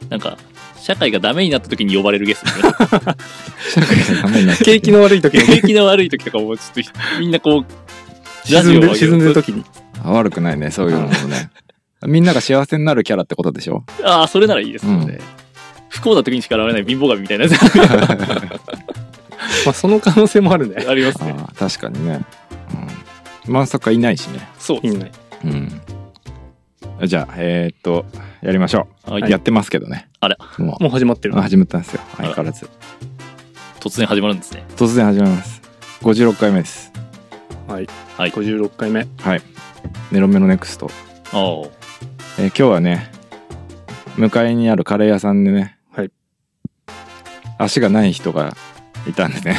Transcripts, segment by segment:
なんか社会がダメになった時に呼ばれるゲストね。 社会がダメになって景気の悪い時に景気の悪い時とかもちょっとみんなこう沈んでる時に。 悪くないね、そういうのもね。みんなが幸せになるキャラってことでしょ。 ああ、それならいいですよね。不幸な時にしか現れない貧乏神みたいなやつ。 まあその可能性もあるね。 ありますね。 あ、確かにね。まさかいないしね。 そうですね。 じゃあやりましょう。 はい、 やってますけどね。 あれもう始まってる。 始まったんですよ。相変わらず。 突然始まるんですね。 突然始まります。56回目です。 はい。 はい。 56回目。 はい。ネロメロネクスト。今日はね、向かいにあるカレー屋さんでね、 はい、 足がない人がいたんでね、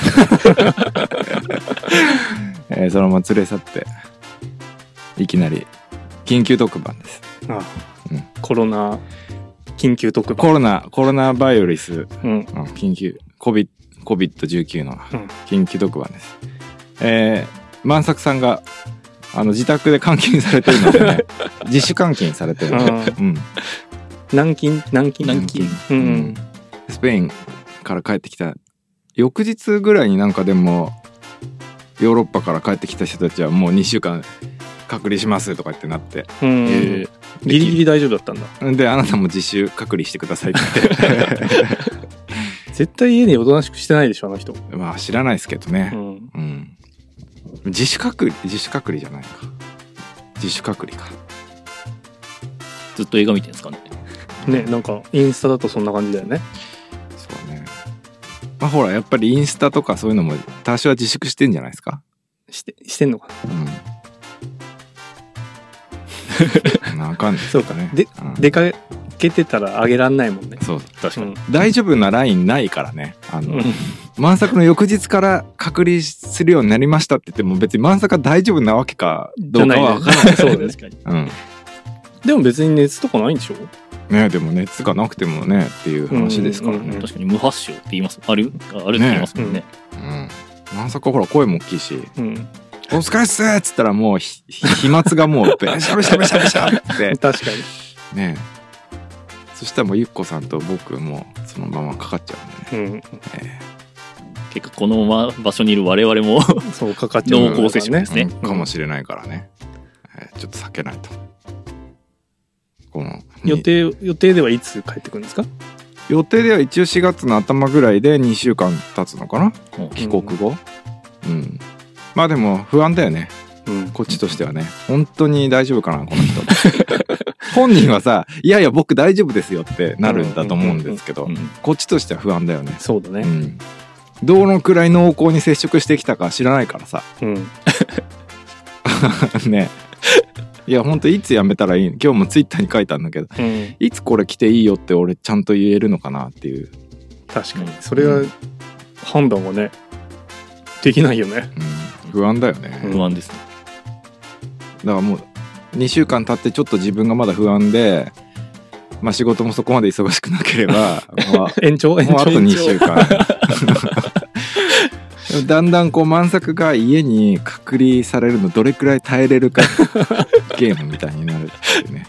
そのまま連れ去っていきなり緊急特番です。 コロナ緊急特番。 コロナバイオリス、緊急COVID-19 の緊急特番です。万作さんが自宅で監禁されてるのでね、自主監禁されてるので、 軟禁、 スペインから帰ってきた翌日ぐらいになんかでもヨーロッパから帰ってきた人たちはもう2週間隔離しますとかってなって、 ギリギリ大丈夫だったんだ。 で、あなたも自主隔離してくださいって言って絶対家におとなしくしてないでしょ、あの人。 まあ知らないですけどね。自主隔離じゃないか。自主隔離か。 ずっと映画見てるんですかね。 ね、なんかインスタだとそんな感じだよね。 そうね。まあほら、やっぱりインスタとかそういうのも多少は自粛してんじゃないですか。 してんのかな。わかんない。 そうかね。出かけてたらあげらんないもんね。 そう、 確かに。 大丈夫なラインないからね。万作の翌日から隔離するようになりましたって言っても別に万作が大丈夫なわけかどうかは分からない。 そう確かに。でも別に熱とかないんでしょ。 ね、でも熱がなくてもねっていう話ですからね。 確かに無発症って言います。あるって言いますもんね。 万作はほら声も大きいし、お疲れっすっつったらもう飛沫がもうベシャベシャベシャベシャって確かにね。そしたらもうゆっこさんと僕もそのままかかっちゃうんでね。 結構この場所にいる我々もそうかかっちゃう濃厚接触ですね。 かもしれないからね。ちょっと避けないと。この予定ではいつ帰ってくるんですか？ 予定では一応4月の頭ぐらいで2週間経つのかな、帰国後。まあでも不安だよね、こっちとしてはね。本当に大丈夫かなこの人本人はさ、いやいや僕大丈夫ですよってなるんだと思うんですけど、こっちとしては不安だよね。 そうだね、 どのくらい濃厚に接触してきたか知らないからさ、ね。いや本当いつやめたらいい、今日もツイッターに書いたんだけど、いつこれ来ていいよって俺ちゃんと言えるのかなっていう。 確かにそれは判断はねできないよね。 不安だよね。 不安ですね。 だからもう2週間経ってちょっと自分がまだ不安で、まあ仕事もそこまで忙しくなければ延長もうあと2週間だんだんこう万作が家に隔離されるのどれくらい耐えれるかゲームみたいになるっていうね。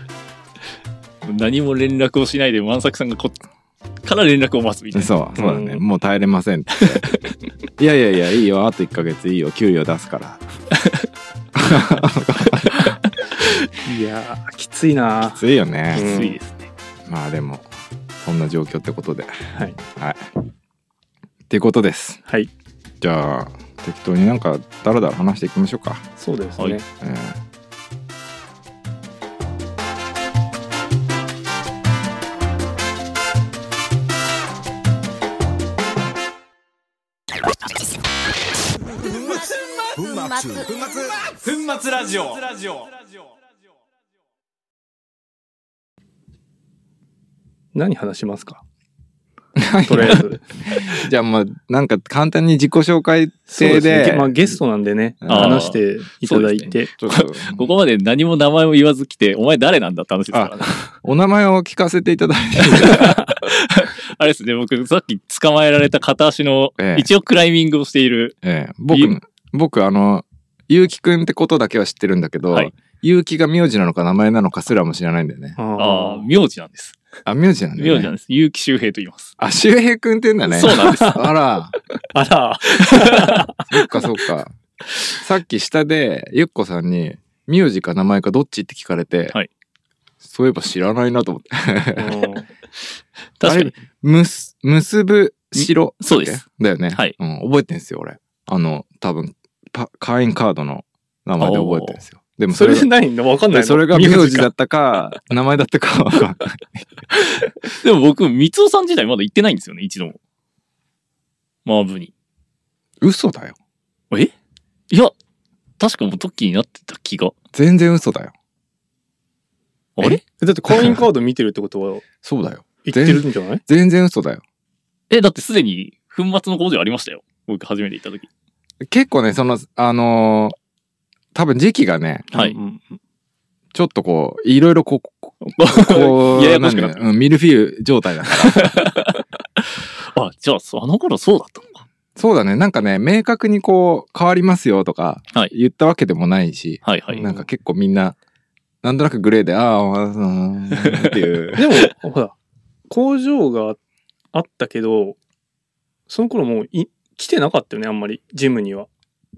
何も連絡をしないで万作さんがから連絡を待つみたいな。 そうだね、もう耐えれませんっていやいいよ、あと1ヶ月いいよ、給料出すからいやきついな。 きついよね。 きついですね。 まあでもそんな状況ってことで、 はいっていうことです。 はい。 じゃあ適当になんかだらだら話していきましょうか。 そうですね。 粉末ラジオ。 何話しますか？とりあえずじゃあまあなんか簡単に自己紹介制で、 まあゲストなんでね、話していただいて、 ちょっとここまで何も名前も言わず来て、お前誰なんだって話ですからね。 お名前を聞かせていただいてあれですね、僕さっき捕まえられた片足の一応クライミングをしている、 僕ゆうきくんってことだけは知ってるんだけど、ゆうきが名字なのか名前なのかすらも知らないんだよね。 名字なんです。 あ、名字なんだね。 名字なんです。結城周平と言います。 あ、周平くんって言うんだね。 そうなんです。 あら。 あら。 そっかそっか。さっき下でゆっこさんに名字か名前かどっちって聞かれて、 はい、 そういえば知らないなと思って。 確かに。 結ぶ城。 そうです。 だよね。 はい。 覚えてんすよ、俺。多分、会員カードの名前で覚えてるんですよ。でもそれでないのわかんないの。 それが名字だったか、名前だったかわかんない。 でも僕、三尾さん自体まだ行ってないんですよね、一度も。マーブに。 嘘だよ。 え？いや、確かもうトッキーになってた気が。 全然嘘だよ。 あれ？ だって会員カード見てるってことは、 そうだよ。 言ってるんじゃない？ 全然嘘だよ。 だってすでに粉末の工場ありましたよ。僕初めて行った時。 結構ね、多分時期がね、 はい。 ちょっとこう、いろいろこう、 ややこしくなってミルフィーユ状態だから。 あ、じゃあ、あの頃そうだったのか。 そうだね。なんかね、明確にこう、変わりますよとか、言ったわけでもないし、 はいはい。 なんか結構みんな、なんとなくグレーで、っていう。 でも、ほら、工場があったけど、その頃もう来てなかったよね、あんまり、ジムには。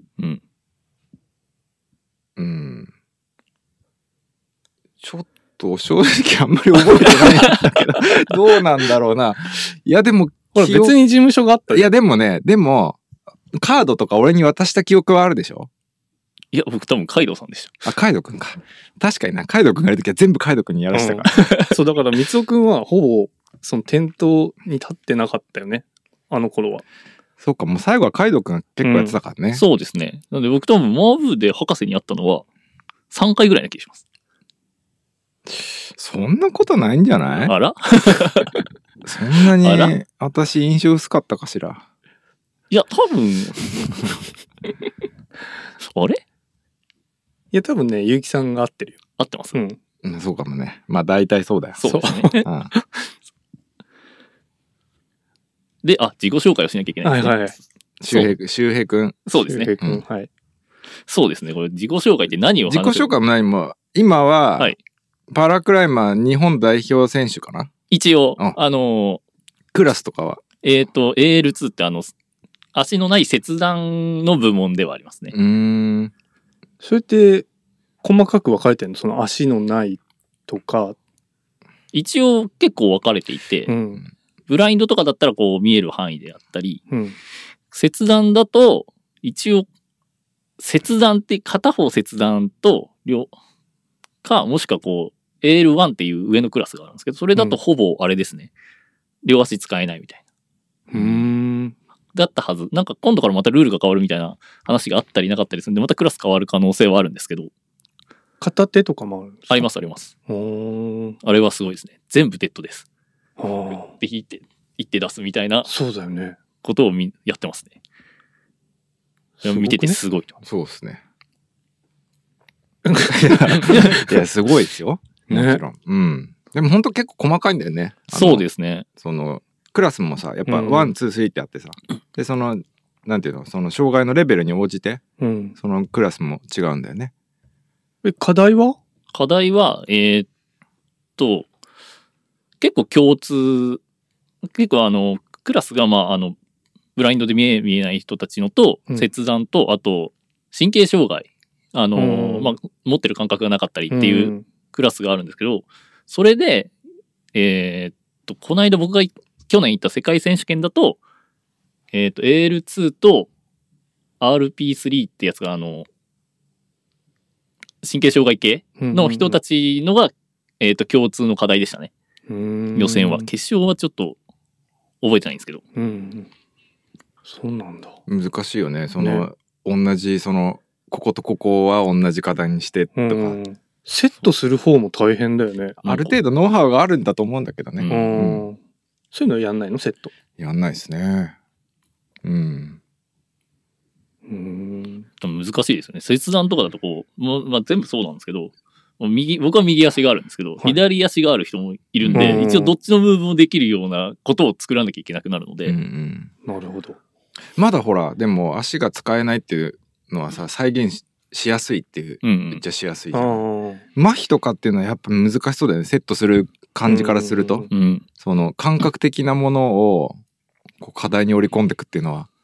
ちょっと正直あんまり覚えてないんだけど、どうなんだろうな。いやでも、 ほら別に事務所があった。 いやでもカードとか俺に渡した記憶はあるでしょ？ いや、僕多分カイドウさんでした。 あ、カイドくんか。確かにな、カイドくんがいるときは全部カイドくんにやらせたから。 そう、だから三尾くんはほぼ、その店頭に立ってなかったよね。あの頃は。 そうか、もう最後はカイドくんが結構やってたからね。 そうですね。なので僕多分マーブで博士に会ったのは3回ぐらいな気がします。 そんなことないんじゃない？ あらそんなに私印象薄かったかしら。 いや、多分あれ？ いや、多分ね、結城さんが合ってるよ。 合ってます？ そうかもね。まあ大体そうだよ。 そうですね。で、自己紹介をしなきゃいけないですね。はいはい。 周平くん。 そうですね。 周平くん、はい。 そうですね。これ自己紹介って何を話す？ 自己紹介も何も、今は、パラクライマー日本代表選手かな？ 一応、 クラスとかは AL2 って足のない切断の部門ではありますね。 それって細かく分かれてるの？その足のないとか。 一応結構分かれていて、ブラインドとかだったらこう見える範囲であったり、切断だと一応切断って片方切断ともしくはこう AL1 っていう上のクラスがあるんですけど、それだとほぼあれですね、両足使えないみたいな。だったはず。なんか今度からまたルールが変わるみたいな話があったりなかったりするんで、またクラス変わる可能性はあるんですけど。 片手とかもあるんですか？ ありますあります。あれはすごいですね。全部デッドです。で引いて出すみたいな。 そうだよね。 ことをやってますね。見ててすごいと。 そうですね。いや、すごいですよ。もちろん。でも本当結構細かいんだよね。 そうですね。 クラスもさ、やっぱ1、2、3ってあってさ。で、なんていうの、その障害のレベルに応じて、そのクラスも違うんだよね。 課題は結構共通、結構クラスがブラインドで見えない人たちのと、切断と、あと、神経障害。持ってる感覚がなかったりっていうクラスがあるんですけど、それで、この間僕が去年行った世界選手権だと、AL2 と RP3 ってやつが神経障害系の人たちのが、共通の課題でしたね。予選は。決勝はちょっと覚えてないんですけど。 そうなんだ。 難しいよね。同じこことここは同じ課題にしてとか。 セットする方も大変だよね。 ある程度ノウハウがあるんだと思うんだけどね。 そういうのやんないの？セット。 やんないですね。 難しいですよね。切断とかだとこう、全部そうなんですけど、僕は右足があるんですけど、左足がある人もいるんで、一応どっちのムーブもできるようなことを作らなきゃいけなくなるので。 なるほど。 まだほら、でも足が使えないっていうのはさ、再現しやすいっていう、めっちゃしやすいじゃん。 あ麻痺とかっていうのはやっぱ難しそうだよね、セットする感じからすると、その感覚的なものをこう課題に織り込んでいくっていうのは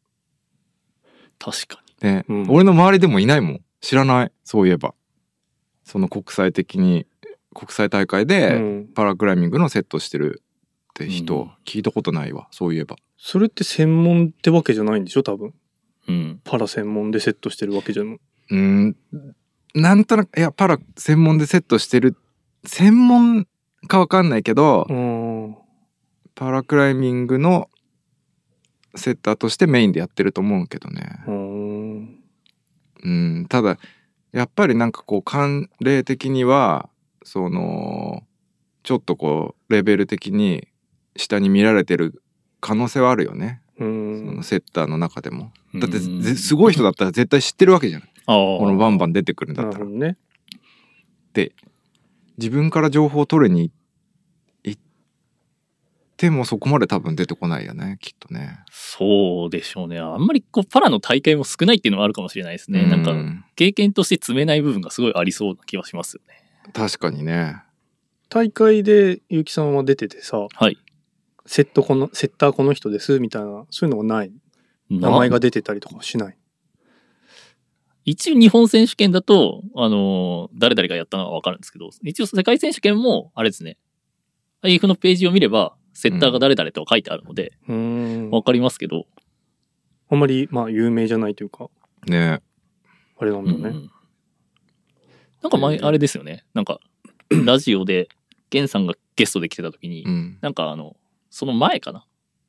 確かにね、俺の周りでもいないもん、知らない。そういえばその国際大会でパラクライミングのセットしてるって人、聞いたことないわ。そういえばそれって専門ってわけじゃないんでしょ多分。パラ専門でセットしてるわけじゃない。 なんとなく、いやパラ専門でセットしてる、専門かわかんないけど、パラクライミングのセッターとしてメインでやってると思うけどね。ただやっぱりなんかこう慣例的にはそのちょっとこうレベル的に下に見られてる可能性はあるよね。そのセッターの中でも。だってすごい人だったら絶対知ってるわけじゃない。このバンバン出てくるんだったら。 ね。 で自分から情報を取りに行ってもそこまで多分出てこないよね、きっとね。 そうでしょうね。あんまりこうパラの大会も少ないっていうのはあるかもしれないですね。なんか経験として積めない部分がすごいありそうな気はしますよね。 確かにね。 大会で結城さんは出ててさ、 はい、 セッターこの人ですみたいな、そういうのがない。名前が出てたりとかしない。 一応日本選手権だと誰々がやったのは分かるんですけど、一応世界選手権もあれですね、IF のページを見ればセッターが誰々と書いてあるので分かりますけど、 あんまりまあ有名じゃないというかね、 あれなんだね。 なんか前あれですよね、なんかラジオでゲンさんがゲストで来てた時に、なんかその前かな、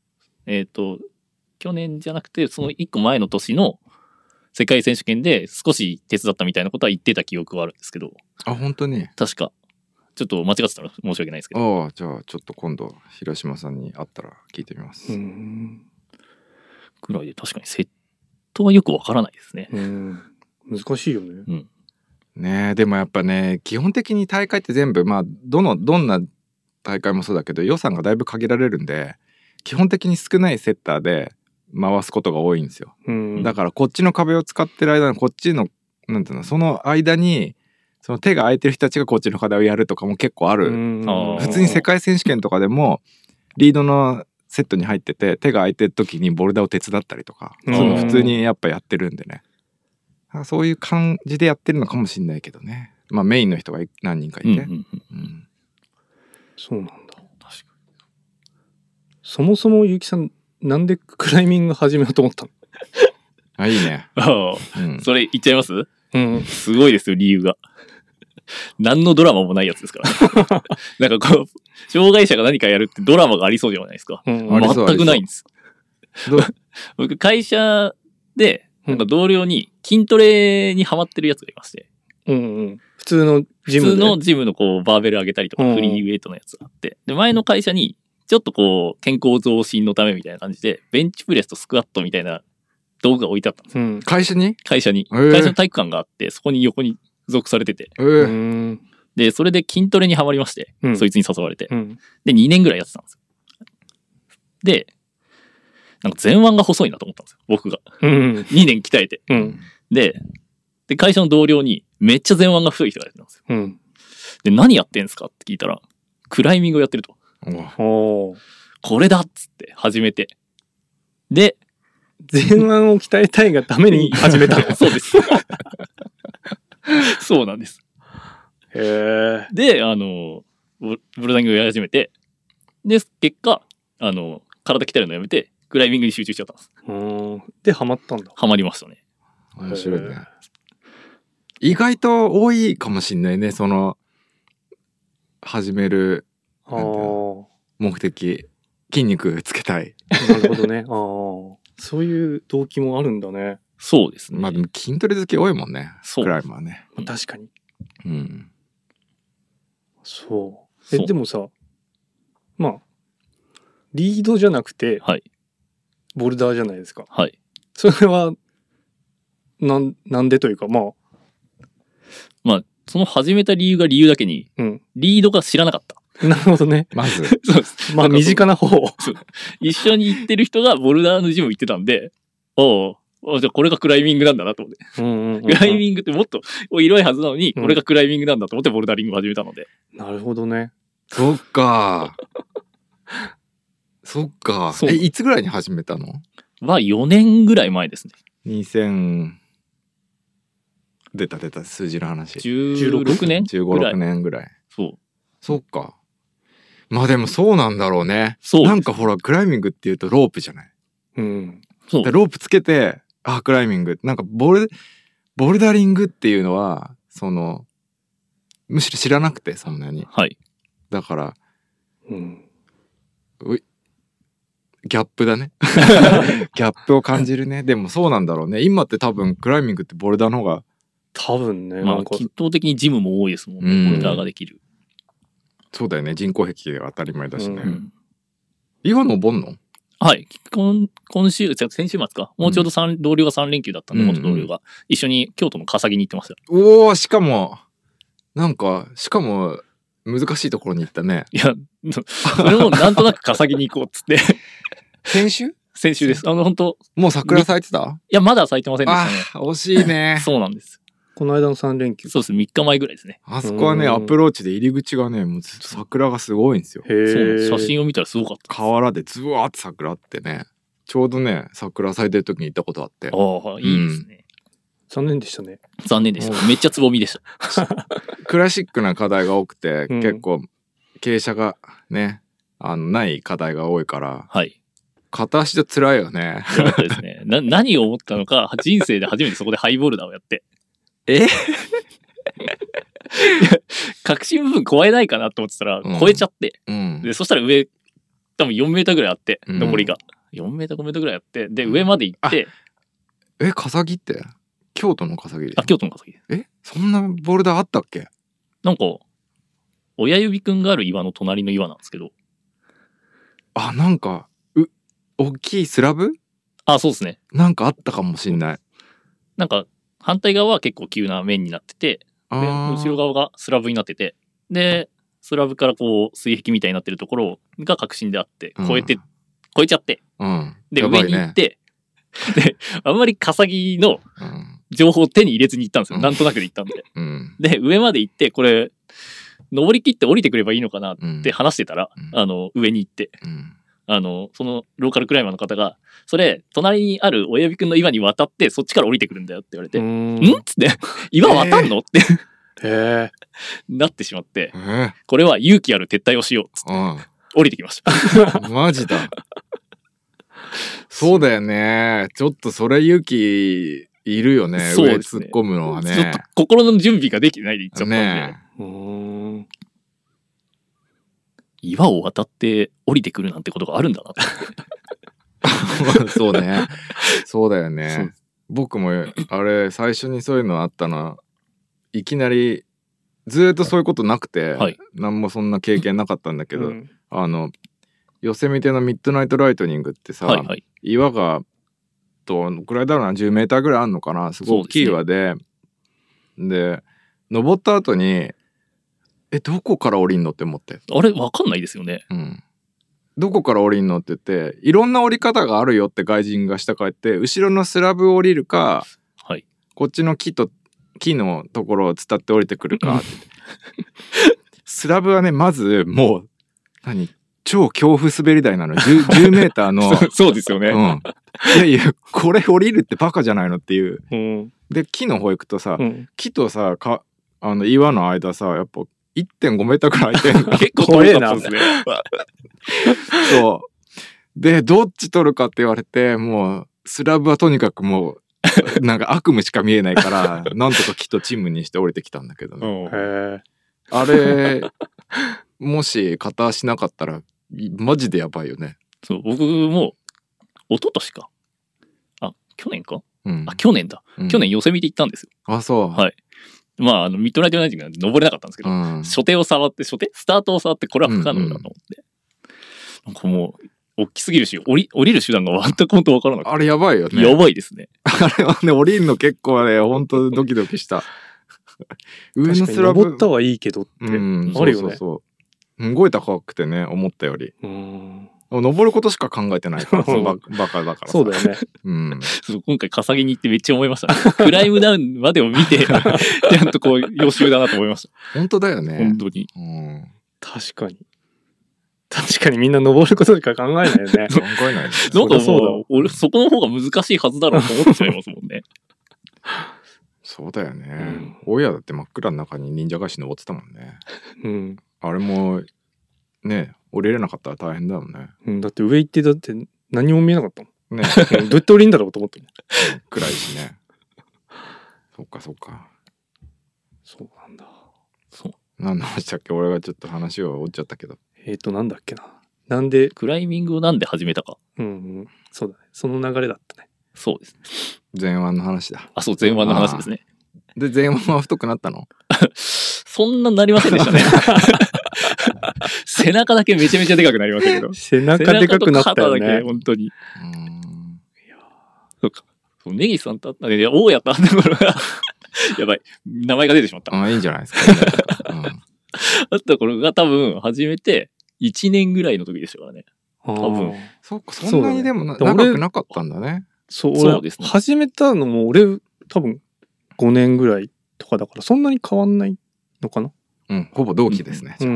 去年じゃなくてその1個前の年の世界選手権で少し手伝ったみたいなことは言ってた記憶はあるんですけど。 あ、本当に？ 確かちょっと間違ってたら申し訳ないですけど。 ああ、じゃあちょっと今度広島さんに会ったら聞いてみます。 ぐらいで確かにセットはよくわからないですね。 難しいよね。 ねえ、でもやっぱね、基本的に大会って全部まあどんな大会もそうだけど予算がだいぶ限られるんで、基本的に少ないセッターで回すことが多いんですよ。だからこっちの壁を使ってる間にこっちのなんていうの、その間にその手が空いてる人たちがこっちの課題をやるとかも結構ある。普通に世界選手権とかでもリードのセットに入ってて手が空いてる時にボルダーを手伝ったりとか、そういうの普通にやっぱやってるんでね。そういう感じでやってるのかもしれないけどね。まあメインの人が何人かいて。 そうなんだ。確かに。そもそも結城さんなんでクライミング始めようと思ったの？ あ、いいね。 それ言っちゃいます？すごいですよ、理由が。何のドラマもないやつですから。なんかこう障害者が何かやるってドラマがありそうじゃないですか。全くないんです。僕会社でなんか同僚に筋トレにハマってるやつがいまして、 普通のジムのこうバーベル上げたりとかフリーウェイトのやつがあって、で前の会社にちょっとこう健康増進のためみたいな感じでベンチプレスとスクワットみたいな道具が置いてあったんですよ。会社に会社の体育館があって、そこに横に付属されてて、でそれで筋トレにはまりまして、そいつに誘われて、で2年ぐらいやってたんですよ。でなんか前腕が細いなと思ったんですよ、僕が。2年鍛えて、で会社の同僚にめっちゃ前腕が太い人がいたんですよ。で何やってんすかって聞いたらクライミングをやってると。これだっつって始めて、で前腕を鍛えたいがために始めたの。 そうですそうなんです。でブルダイングをやり始めて、で結果体鍛えるのやめてクライミングに集中しちゃったんです。 でハマったんだ。 ハマりましたね。 面白いね。意外と多いかもしんないね、その始める目的、筋肉つけたい。 なるほどね。そういう動機もあるんだね。 そうですね。 まあでも筋トレ好き多いもんね、クライマーね。 確かに。 そう。 でもさ、まあリードじゃなくて、ボルダーじゃないですか。それはなんでというか、まあその始めた理由だけに、リードが知らなかった。 なるほどね。 まずそうです。 まあ身近な方。 一緒に行ってる人がボルダーのジム行ってたんで、おじゃあこれがクライミングなんだなと思って。クライミングってもっと広いはずなのに、これがクライミングなんだと思ってボルダリングを始めたので。 なるほどね。 そっか。そっか。いつぐらいに始めたの？ は4年ぐらい前ですね。 2000出た数字の話。 16年 15、6年ぐらい。 そう。 そっか。まあでもそうなんだろうね。 そう。 なんかほらクライミングっていうとロープじゃない。 うん。 そう。ロープつけて、クライミング。なんかボルダリングっていうのはむしろ知らなくてそんなに。 はい。 だから、ギャップだね。ギャップを感じるね。でもそうなんだろうね。今って多分クライミングってボルダーの方が多分ね。 まあ圧倒的にジムも多いですもんね。ボルダーができる。 そうだよね。人工壁が当たり前だしね。今登んの？ はい。先週末か。もうちょうど同僚が3連休だったんで、元同僚が一緒に京都の笠木に行ってました。 おー、しかも難しいところに行ったね。 いや、それもなんとなく笠木に行こうっつって。 先週です。本当もう桜咲いてた？ いや、まだ咲いてませんでしたね。 惜しいね。 そうなんです。 この間の3連休。 そうです。3日前ぐらいですね。 あそこはね、アプローチで入り口がね、もうずっと桜がすごいんですよ。 そう、写真を見たらすごかった。 河原でズワーって桜あってね、ちょうどね、桜咲いてる時に行ったことあって。 ああ、いいですね。 残念でしたね。 残念でした。めっちゃつぼみでした。 クラシックな課題が多くて、結構傾斜がね、ない課題が多いから、 はい。 片足で辛いよね。 辛かったですね。何を思ったのか、人生で初めてそこでハイボルダーをやって。核心部分超えないかなと思ってたら、超えちゃって。で、そしたら上、多分4メーターぐらいあって、登りが。4メーター、5メーターぐらいあって、で、上まで行って。 笠木って京都の笠木？ 京都の笠木。 そんなボルダーあったっけ？ なんか、親指くんがある岩の隣の岩なんですけど。 なんか、大きいスラブ？ そうですね。 なんかあったかもしんない。 なんか、反対側は結構急な面になってて、で後ろ側がスラブになってて、で、スラブからこう、水壁みたいになってるところが核心であって、超えちゃって、で、上に行って、で、あんまり笠木の情報を手に入れずに行ったんですよ。なんとなくで行ったんで。で、上まで行って、これ、登り切って降りてくればいいのかなって話してたら、上に行って、そのローカルクライマーの方が、それ、隣にある親指くんの岩に渡って、そっちから降りてくるんだよって言われて、んつって、岩渡んのってなってしまって、これは勇気ある撤退をしようっつって、降りてきました。 マジだ。そうだよね。ちょっとそれ勇気いるよね。上突っ込むのはね。 ちょっと心の準備ができてないで行っちゃったんで。岩を渡って降りてくるなんてことがあるんだなって。 そうね。そうだよね。僕もあれ最初にそういうのあったのはいきなりずっとそういうことなくて、何もそんな経験なかったんだけど、ヨセミテのミッドナイトライトニングってさ、岩がどのくらいだろうな、10メーターぐらいあるのかな、すごい大きい岩で、で登った後にどこから降りんのって思って。 あれ分かんないですよね。 どこから降りんのって言って、いろんな降り方があるよって外人が下帰って、後ろのスラブを降りるか、こっちの木のところを伝って降りてくるかってスラブはね、まずもう超恐怖滑り台なの。10メーターのそうですよね。 いやこれ降りるってバカじゃないのっていう。で木の方行くとさ、木とさ岩の間さ、やっぱ1.5 メーターくらい空いてんの。 結構遠いな。ですね。 そう。で、どっち取るかって言われて、もう、スラブはとにかくもう、なんか悪夢しか見えないから、なんとか木とチームにして降りてきたんだけどね。あれ、もし片足なかったら、マジでやばいよね。 そう、僕も、一昨年か。去年か、去年だ。去年ヨセミテ行ったんですよ。 そう。 はい。まあ、ミッドナイトナイトが登れなかったんですけど、初手を触って、スタートを触って、これは不可能だと思って。なんかもう、大きすぎるし、降りる手段が全く本当わからなかった。 あれやばいよね。 やばいですね。 あれはね、降りるの結構ね、本当ドキドキした。 上のスラブ。登ったはいいけどって。あるよね。 そう。すごい高くてね、思ったより。 登ることしか考えてないから、バカだからさ。 そうだよね。 今回笠木に行ってめっちゃ思いましたね。クライムダウンまでを見て、ちゃんとこう予習だなと思いました。 本当だよね。 本当に。 確かにみんな登ることしか考えないよね。考えないね。 なんかもう、俺そこの方が難しいはずだろうと思ってしまいますもんね。 そうだよね。親だって真っ暗の中に忍者返し登ってたもんね。あれも、ね、降りれなかったら大変だもんね。 だって上行ってだって何も見えなかったもん。ね。どうやって降りんだろうと思っても。 暗いしね。そっか。 そうなんだ。 そう。何の話だっけ？俺がちょっと話を折っちゃったけど。 なんだっけな。なんでクライミングをなんで始めたか。 そうだね。その流れだったね。 そうですね。 前腕の話だ。 そう、前腕の話ですね。 で、前腕は太くなったの？ そんななりませんでしたね。背中だけめちゃめちゃでかくなりましたけど。 背中でかくなったよね。 背中と肩だけ本当に。いやそうか。ネギさんとあったね。大家とあった頃がやばい。名前が出てしまった。 いいんじゃないですか。 あった頃が多分始めて1年ぐらいの時でしたからね。多分。 そっか、そんなにでも長くなかったんだね。 そうですね。始めたのも俺多分5年ぐらいとかだからそんなに変わんないのかな。 ほぼ同期ですね。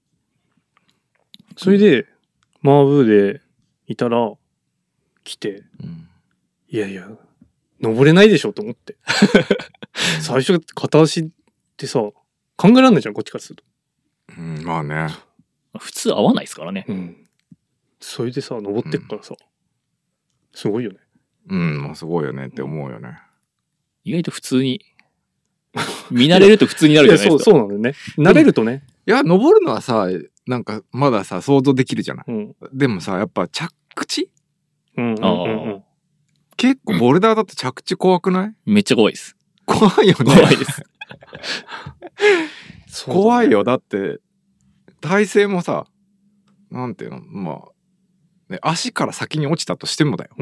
それでマーブーでいたら来て、いや登れないでしょと思って。最初片足ってさ考えられないじゃんこっちからすると。 まあね。 普通合わないですからね。 それでさ登ってっからさ、すごいよね。 まあすごいよねって思うよね。 意外と普通に見慣れると普通になるじゃないですか。 そうなんだよね。慣れるとね。 いや登るのはさなんかまださ想像できるじゃない。でもさやっぱ着地？結構ボルダーだと着地怖くない？ めっちゃ怖いです。 怖いよね。 怖いです。 怖いよ。だって体勢もさなんていうのまあ、ね、足から先に落ちたとしてもだよ。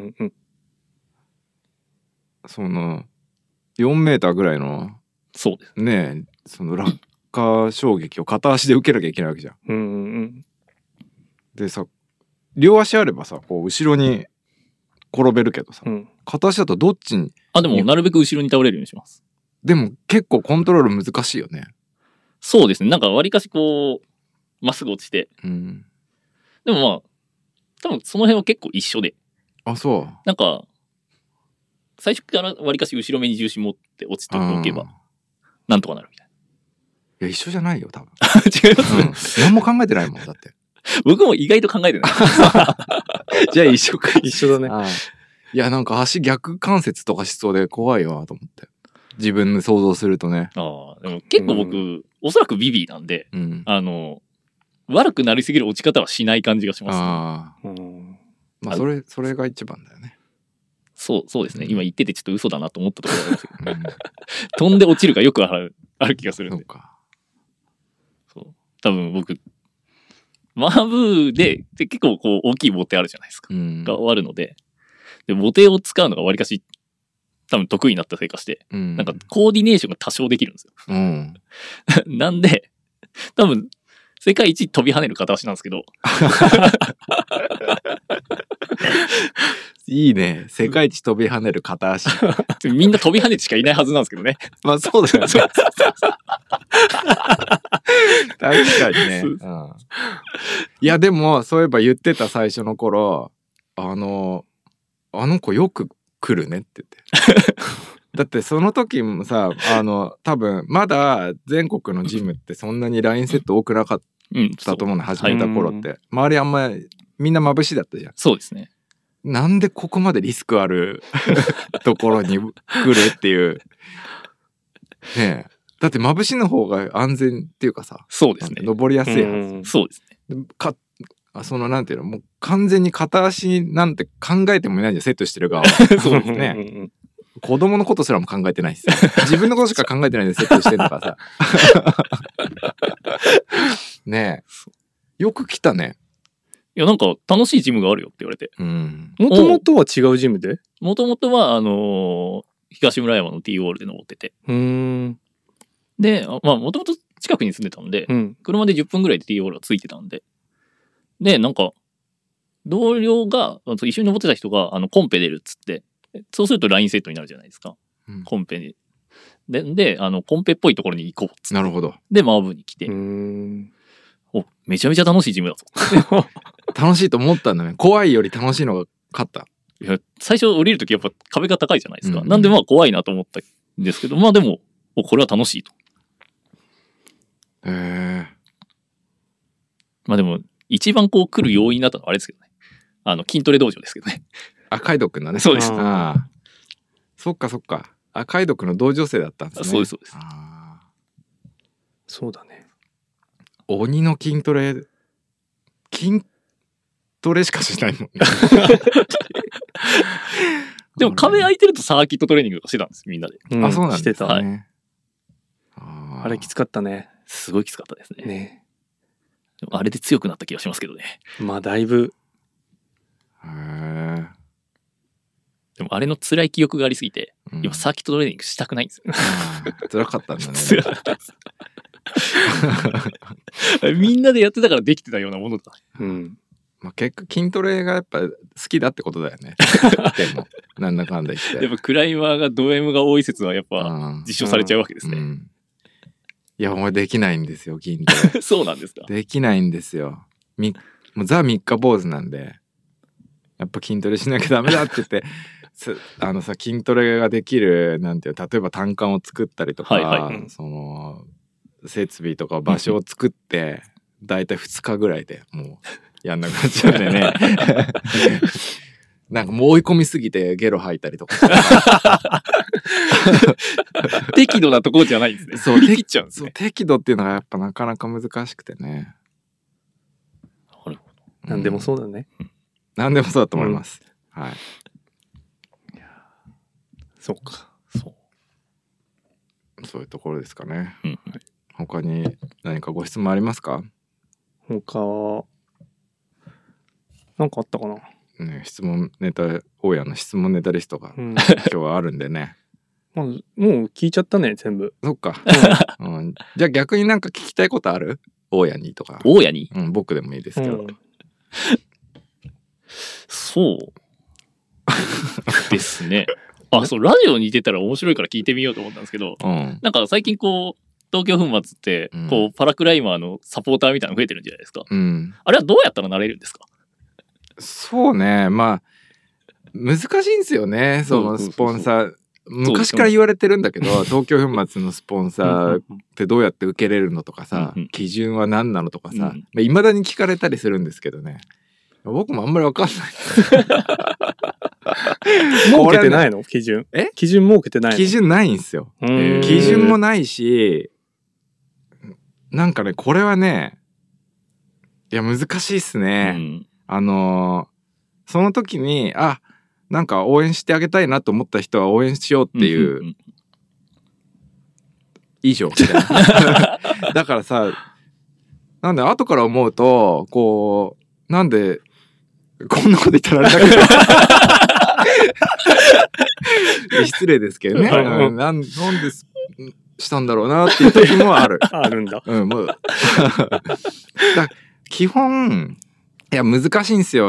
その4メーターぐらいのそうですねその落下衝撃を片足で受けなきゃいけないわけじゃん。でさ両足あればさこう後ろに転べるけどさ、片足だとどっちにでもなるべく後ろに倒れるようにします。 でも結構コントロール難しいよね。 そうですね。なんかわりかしこうまっすぐ落ちて、でもまあ多分その辺は結構一緒で。 そう。 なんか最初からわりかし後ろ目に重心持って落ちておけばなんとかなるみたいな。 いや一緒じゃないよ多分。 違います、 何も考えてないもんだって。 僕も意外と考えてない。 じゃあ一緒か。 一緒だね。 いやなんか足逆関節とかしそうで怖いわと思って。自分で想像するとね。 でも結構僕、おそらくビビーなんで、悪くなりすぎる落ち方はしない感じがします、 ね。まあそれが一番だよね。 そうですね。今言っててちょっと嘘だなと思ったところがありましたけど、飛んで落ちるがよくある気がするんで。そう多分僕マーブーで結構こう大きいボテあるじゃないですか、があるので、ボテを使うのがわりかし多分得意になったせいかして、なんかコーディネーションが多少できるんですよ。なんで多分世界一飛び跳ねる片足なんですけどいいね。世界一飛び跳ねる片足みんな飛び跳ねてしかいないはずなんですけどね。 まあそうだよね。確かにね、いやでもそういえば言ってた最初の頃あの子よく来るねって言ってだってその時もさ多分まだ全国のジムってそんなにラインセット多くなかったと思うの、始めた頃って、周りあんまりみんな眩しいだったじゃん。 そうですね。 なんでここまでリスクあるところに来るっていうねえ。だって眩しいの方が安全っていうかさ、 そうですね。 登りやすいはず。 そうですね。 そのなんていうのもう完全に片足なんて考えてもいないじゃん、セットしてる側は。そうですね。子供のことすらも考えてないですよ。自分のことしか考えてないでセットしてるのからさ。ねえ。よく来たね。 いやなんか楽しいジムがあるよって言われて。 もともとは違うジムで？ もともとは東村山の T ウォールで登ってて。で、まあもともと近くに住んでたんで、車で10分ぐらいで T ウォールはついてたんで。で、なんか、 同僚が一緒に登ってた人がコンペ出るっつって、そうすると LINE セットになるじゃないですか、コンペに。でコンペっぽいところに行こうっつって。 なるほど。 でマーブに来て、おめちゃめちゃ楽しいジムだぞ楽しいと思ったんだね。怖いより楽しいのが勝った。 いや最初降りるときやっぱ壁が高いじゃないですか、なんでまあ怖いなと思ったんですけど、まあでもこれは楽しいと。まあでも一番こう来る要因だったのはあれですけどね、筋トレ道場ですけどね。 カイドくんだね。 そうです。 そっかそっか。カイドくんの同情生だったんですね。 そうですそうです。 そうだね。 鬼の筋トレしかしないもんね。 でも壁空いてるとサーキットトレーニングとかしてたんですみんなで。 そうなんですね。 してたね。あれきつかったね。 すごいきつかったですね。でもあれで強くなった気がしますけどね。 まあだいぶ。 でもあれの辛い記憶がありすぎて、今サーキットトレーニングしたくないんですよ。 辛かったんだね。 辛かったです。みんなでやってたからできてたようなものだ。 まあ、結果筋トレがやっぱ好きだってことだよね。でもなんだかんだ言って。 やっぱクライマーがド M が多い説はやっぱ実証されちゃうわけですね。 いやお前できないんですよ筋トレ。 そうなんですか。 できないんですよ。もうザ三日坊主なんで、やっぱ筋トレしなきゃダメだって言って。筋トレができるなんていう、例えば単管を作ったりとか、その設備とか場所を作ってだいたい2日ぐらいでもうやんなくなっちゃうんでね。なんかもう追い込みすぎてゲロ吐いたりとか。 適度なところじゃないんですね。 そう、 振り切っちゃうんですね。 適度っていうのがやっぱなかなか難しくてね。 なるほど。 なんでもそうだね。 なんでもそうだと思います。はい。 そうか。 そういうところですかね。他に何かご質問ありますか？ 他はなんかあったかな。 ね、質問ネタ、大家の質問ネタリストが今日はあるんでね。 もう聞いちゃったね全部。 そっか。じゃあ逆になんか聞きたいことある？大家にとか。 大家に？ 僕でもいいですけど。 そうですね。そうラジオに出たら面白いから聞いてみようと思ったんですけど、なんか最近こう東京粉末ってこうパラクライマーのサポーターみたいなの増えてるんじゃないですか。あれはどうやったらなれるんですか？ そうね、まあ難しいんですよね、そのスポンサー。昔から言われてるんだけど、東京粉末のスポンサーってどうやって受けれるのとかさ、基準は何なのとかさ、いまだに聞かれたりするんですけどね。僕もあんまり分かんない。 設けてないの？基準？基準設けてないの？ 基準ないんですよ。基準もないし、なんかね、これはね、いや難しいっすね。その時になんか応援してあげたいなと思った人は応援しようっていう以上みたいな。だからさ、なんで後から思うとこう、なんでこんなこと言ったらあれだけど失礼ですけどね。なんでしたんだろうなっていう時もある。 あるんだ。 もう基本いや難しいんですよ。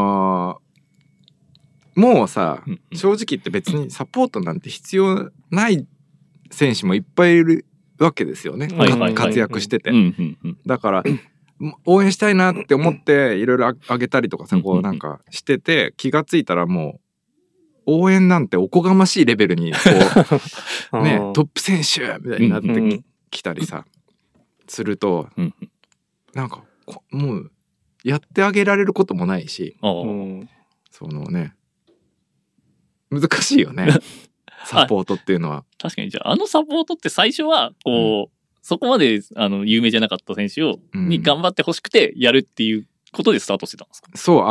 もうさ、正直言って別にサポートなんて必要ない選手もいっぱいいるわけですよね。活躍してて。だから応援したいなって思っていろいろあげたりとかさ、こうなんかしてて、気がついたらもう応援なんておこがましいレベルにこうね、トップ選手みたいになってきたりさすると、なんかもうやってあげられることもないし、そのね、難しいよね。サポートっていうのは。 確かに。じゃあサポートって最初はこう、そこまで有名じゃなかった選手に頑張ってほしくてやるっていうことでスタートしてたんですか？ そう、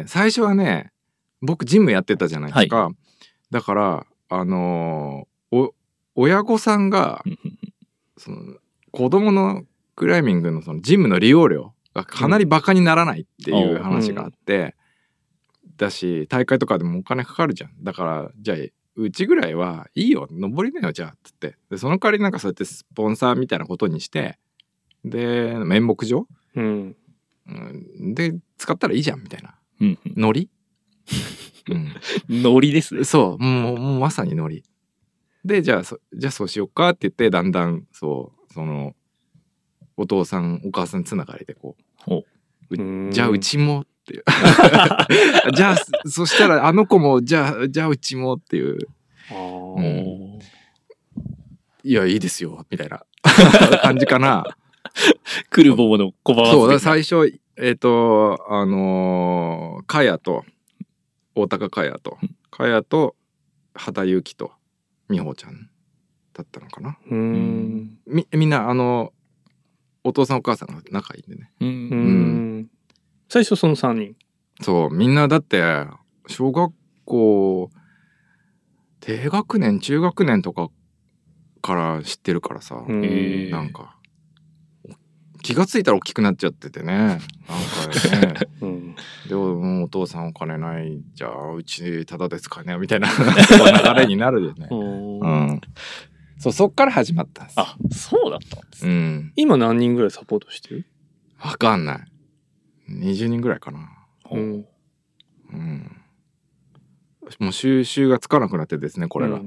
最初はね、僕ジムやってたじゃないですか。だから親御さんがその子供のクライミングのそのジムの利用料がかなりバカにならないっていう話があって、だし大会とかでもお金かかるじゃん。だからじゃあうちぐらいはいいよ、登りなよじゃあっつって、でその代わりなんかそうやってスポンサーみたいなことにして、で名目上、で使ったらいいじゃんみたいなノリ、 ノリですね。 そう、もうまさにノリで、じゃあそうしようかって言って、だんだんそのお父さんお母さんつながりでこう、じゃあうちもっていうじゃあそしたらあの子もじゃあうちもっていう、いやいいですよみたいな感じかな。 来る棒の小判。 そうだ、最初かやと大高かやと畑ゆきと美穂ちゃんだったのかな。みんなお父さんお母さんが仲いいんでね。 最初その3人。 そう、みんなだって小学校低学年中学年とかから知ってるからさ、なんか気がついたら大きくなっちゃっててね、なんかね、でもお父さんお金ない、じゃあうちただですかねみたいな流れになるよね。そっから始まったんです。 あ、そうだったんですね。 今何人ぐらいサポートしてる？ わかんない。20人ぐらいかな。もう収集がつかなくなってですね、これが。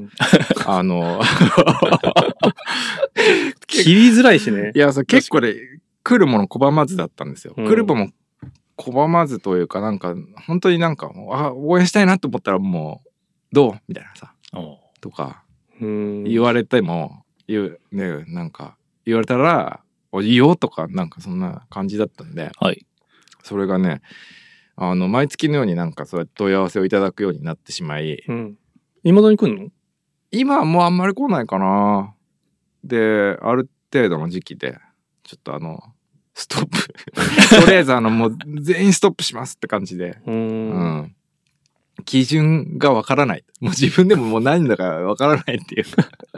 切りづらいしね。 いや、結構ね、来るもの拒まずだったんですよ。来るもの拒まずというか、なんか本当になんか応援したいなと思ったらもうどうみたいなさとか言われてもなんか言われたらいいよとか、なんかそんな感じだったんで、それがね、毎月のようになんかそうやって問い合わせをいただくようになってしまい、 未だに来んの？ 今はもうあんまり来ないかな。で、ある程度の時期でちょっとストップとりあえずもう全員ストップしますって感じで、基準がわからない、もう自分でももう何だかわからないっていう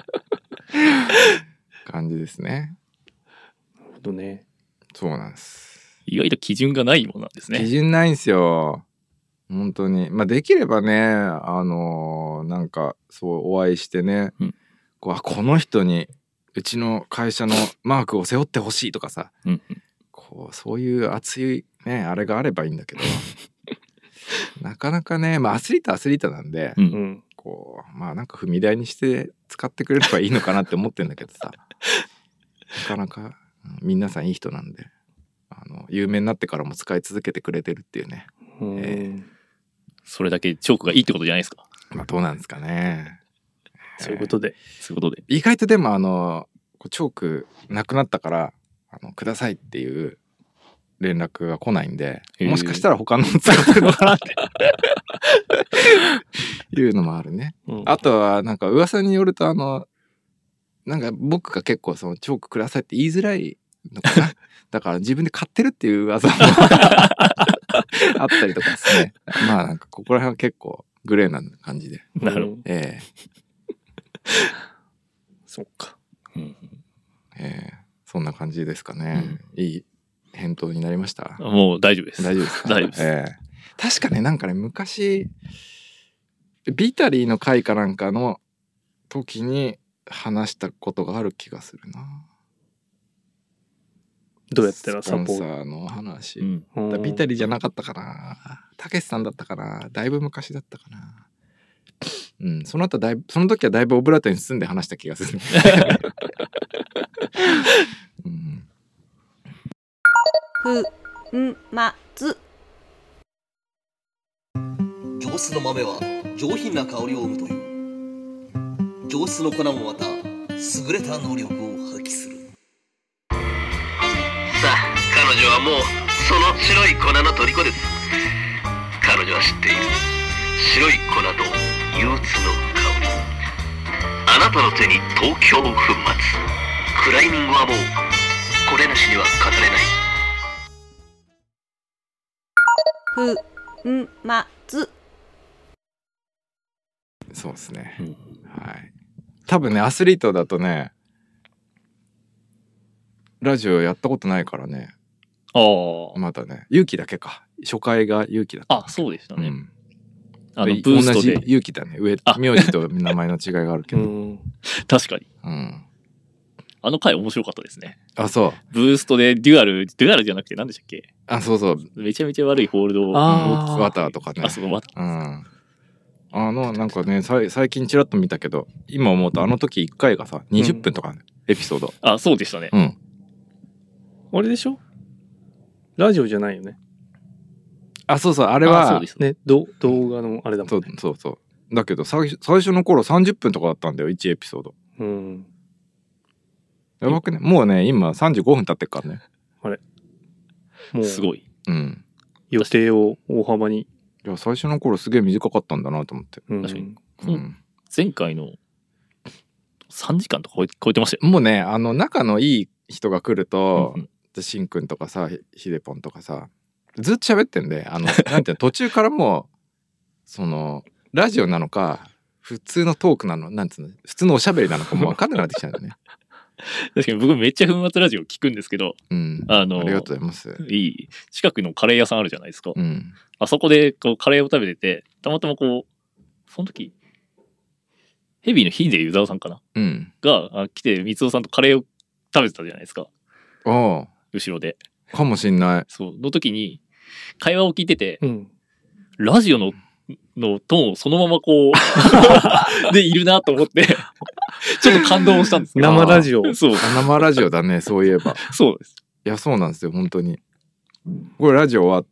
感じですね。 なるほどね。 そうなんです。 意外と基準がないもんなんですね。 基準ないんですよ本当に。まあできればね、なんかそうお会いしてね、この人にうちの会社のマークを背負ってほしいとかさ、そういう熱いねあれがあればいいんだけどなかなかね、まあアスリートなんで、まあなんか踏み台にして使ってくれればいいのかなって思ってんだけどさなかなか皆さんいい人なんで、有名になってからも使い続けてくれてるっていうね。 それだけチョークがいいってことじゃないですか。 まあどうなんですかね。 そういうことで。 意外とでもチョークなくなったからくださいっていう連絡が来ないんで、もしかしたら他の使ってるのかなっていうのもあるね。あとはなんか噂によるとなんか僕が結構そのチョークくださいって言いづらいのかなだから自分で買ってるっていう噂もあったりとかですね。まあなんかここら辺は結構グレーな感じで。 なるほど。 そっか。 そんな感じですかね。いい返答になりました？ もう大丈夫です。 大丈夫ですか？ 大丈夫です。 確かね、なんかね、昔ビタリーの会かなんかの時に話したことがある気がするな。 どうやったらスポンサーの話、ビタリーじゃなかったかな、たけしさんだったかな、だいぶ昔だったかな。その時はだいぶオブラートに包んで話した気がする上質の豆は上品な香りを生むという。上質の粉もまた優れた能力を発揮する。さあ、彼女はもうその白い粉の虜です。彼女は知っている。白い粉と憂鬱の香り。あなたの手に東京粉末。クライミングはもうこれなしには語れない。 そうですね、はい。多分ね、アスリートだとね、ラジオやったことないからね。まだね、勇気だけか。初回が勇気だった。 そうでしたね。 ブーストで同じ勇気だね。名字と名前の違いがあるけど確かに。 あの回面白かったですね。 あ、そう。 ブーストでデュアルじゃなくて何でしたっけ？ あ、そうそう。 めちゃめちゃ悪いホールドをワターとかね。 あ、そう、ワター。 なんかね、最近ちらっと見たけど、今思うとあの時1回がさ、20分とか、ね、エピソード。 あ、そうでしたね。 うん。 あれでしょ？ラジオじゃないよね。 あ、そうそう、あれは、 そうですね、動画のあれだもんね。 そう。だけど最初の頃30分とかだったんだよ、1エピソード。 うん。 やばくね？もうね、今35分経ってっからね。 あれ？もうすごい。 うん。 予定を大幅に。 いや、最初の頃すげえ短かったんだなと思って。 確かに。前回の3時間とか超えてましたよ。 もうね、仲のいい人が来ると、しんくんとかさ、ひでぽんとかさ、ずっと喋ってんで、なんていうの、途中からもう、ラジオなのか、普通のトークなの、なんつうの、普通のおしゃべりなのかも分かんなくなってきちゃうんだよね。 確かに僕めっちゃ粉末ラジオ聞くんですけど、 ありがとうございます。 近くのカレー屋さんあるじゃないですか。 うんあそこでこうカレーを食べてて、たまたまこう、その時、ヘビーのヒデユザオさんかな、 うん、 が来て、三尾さんとカレーを食べてたじゃないですか。後ろで。 かもしんない。 そう。の時に、会話を聞いてて、 うん、 ラジオのトーンをそのままこう、でいるなと思って、ちょっと感動したんですけど。 生ラジオ。 そう。 生ラジオだね、そういえば。 そうです。 いや、そうなんですよ、本当に。これラジオ終わって、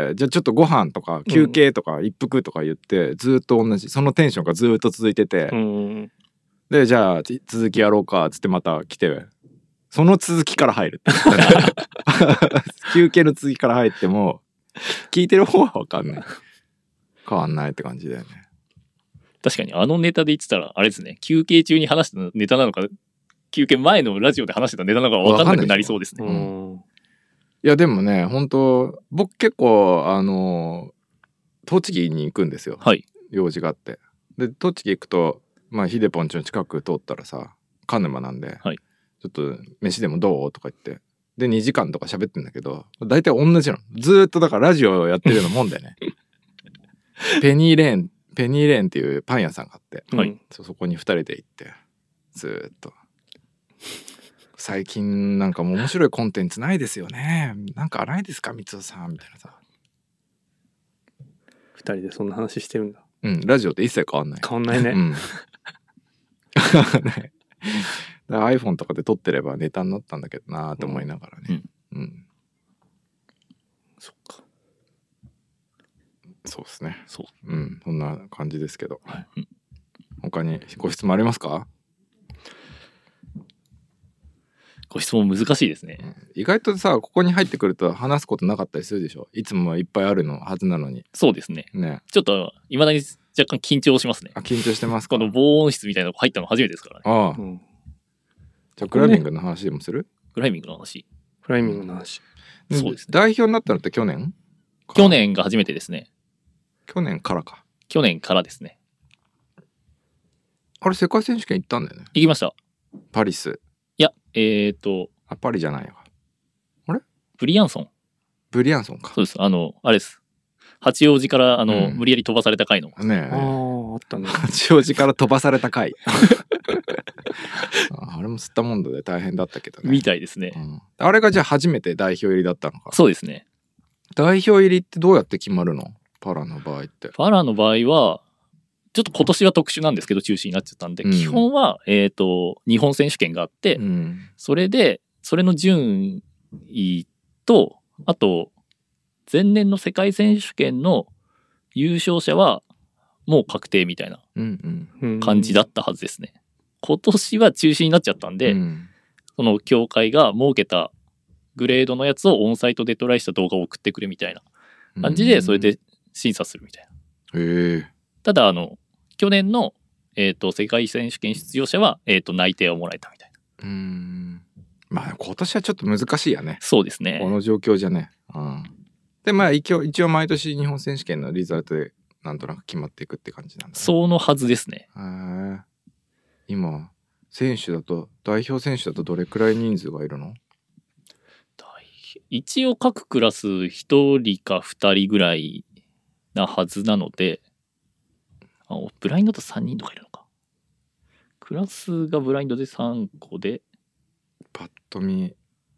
じゃあちょっとご飯とか休憩とか一服とか言って、ずっと同じ、そのテンションがずっと続いてて、で、じゃあ続きやろうか、つってまた来て、その続きから入るって。休憩の続きから入っても、聞いてる方は分かんない。変わんないって感じだよね。 確かにあのネタで言ってたら、あれですね、休憩中に話したネタなのか、休憩前のラジオで話してたネタなのか分かんなくなりそうですね。 いやでもね、本当僕結構栃木に行くんですよ。 はい。 用事があって。で栃木行くと、まあひでぽんちの近く通ったらさ、鹿沼なんで、 はい、 ちょっと飯でもどうとか言って、で2時間とか喋ってんだけど、大体同じの。ずーっとだからラジオやってるようなもんだよね。ペニーレーンっていうパン屋さんがあって、 はい、 そこに2人で行ってずーっと。最近なんかもう面白いコンテンツないですよね。なんかないですか三尾さんみたいなさ。 2人でそんな話してるんだ。 うん、ラジオって一切変わんない。 変わんないね。 うん。だから iPhone とかで撮ってればネタになったんだけどなーって思いながらね。うん。 そっか。 そうですね。 そう。 うん、そんな感じですけど。 はい、 他にご質問ありますか？ ご質問難しいですね、 意外とさ、ここに入ってくると話すことなかったりするでしょ。いつもいっぱいあるのはずなのに。 そうですね。ちょっといまだに若干緊張しますね。 緊張してますか？ この防音室みたいなの入ったの初めてですからね。 じゃあクライミングの話でもする？ クライミングの話。 そうです。代表になったのって去年が初めてですね。 去年からか。 去年からですね。 あれ世界選手権行ったんだよね。 行きました。 パリス。 いや、 パリじゃないわ。あれ？ ブリアンソンか。そうです。あれです。八王子から無理やり飛ばされた回の。 ねえ。 あったね。 八王子から飛ばされた回。あれも吸ったもんだで大変だったけどね。 みたいですね。 あれがじゃあ初めて代表入りだったのか。 そうですね。 代表入りってどうやって決まるの？パラの場合って。 パラの場合は、ちょっと今年は特殊なんですけど中止になっちゃったんで、基本は、日本選手権があって、それで、それの順位と、あと、前年の世界選手権の優勝者はもう確定みたいな感じだったはずですね。今年は中止になっちゃったんで、その協会が設けたグレードのやつをオンサイトでトライした動画を送ってくれみたいな感じで、それで審査するみたいな。ただ去年の、世界選手権出場者は、内定をもらえたみたいな。 まあ今年はちょっと難しいよね。 そうですね。 この状況じゃね。でまあ一応毎年日本選手権のリザルトでなんとなく決まっていくって感じなんだ、ね。 そのはずですね。 今代表選手だとどれくらい人数がいるの？ 一応各クラス1人か2人ぐらいなはずなので、ブラインドだと3人とかいるのか。クラスがブラインドで3個でパッと見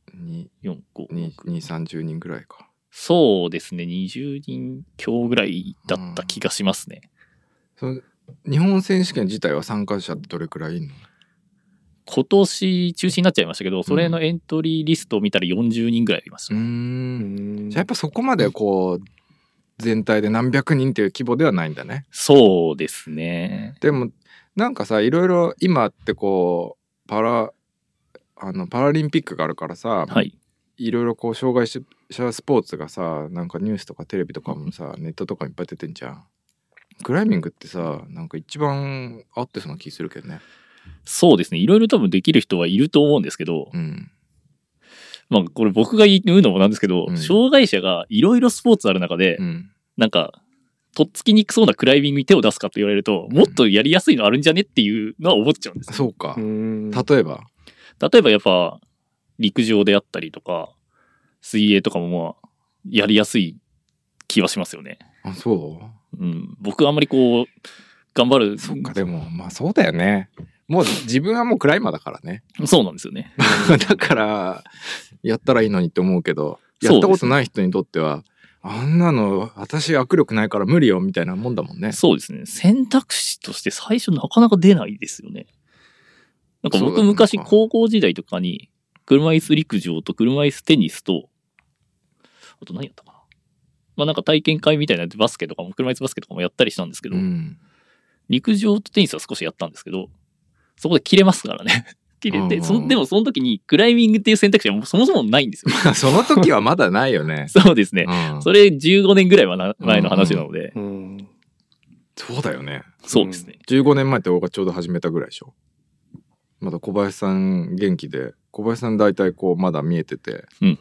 4、5、 2、30人ぐらいか。 そうですね。20人強ぐらいだった気がしますね。 日本選手権自体は参加者ってどれくらいいんの？ 今年中止になっちゃいましたけど、それのエントリーリストを見たら40人ぐらいいました。 じゃあやっぱそこまでこう全体で何百人っていう規模ではないんだね。 そうですね。 でもなんかさ、いろいろ今ってこうパラリンピックがあるからさ、 はい、 いろいろこう障害者スポーツがさ、なんかニュースとかテレビとかもさ、ネットとかいっぱい出てんじゃん。クライミングってさ、なんか一番合ってそうな気するけどね。 そうですね。いろいろ多分できる人はいると思うんですけど、 うん、 まあこれ僕が言うのもなんですけど、障害者がいろいろスポーツある中で、なんかとっつきにくそうなクライミングに手を出すかと言われると、もっとやりやすいのあるんじゃねっていうのは思っちゃうんですよ。 そうか。例えばやっぱ陸上であったりとか水泳とかもまあやりやすい気はしますよね。 あ、そう。 僕はあんまりこう頑張る。 そっか、でもまあそうだよね。もう自分はもうクライマーだからね。 そうなんですよね。 だからやったらいいのにって思うけど、やったことない人にとっては、あんなの私握力ないから無理よみたいなもんだもんね。 そうですね。選択肢として最初なかなか出ないですよね。なんか僕昔高校時代とかに車椅子陸上と車椅子テニスと、あと何やったかな。まあなんか体験会みたいなバスケとかも車椅子バスケとかもやったりしたんですけど、陸上とテニスは少しやったんですけど、そこで切れますからね。切れて、でもその時にクライミングっていう選択肢はそもそもないんですよ。 その時はまだないよね。 そうですね。それ15年ぐらい前の話なので。 そうだよね。 そうですね。 15年前って僕がちょうど始めたぐらいでしょ。まだ小林さん元気で、小林さん大体こうまだ見えてて、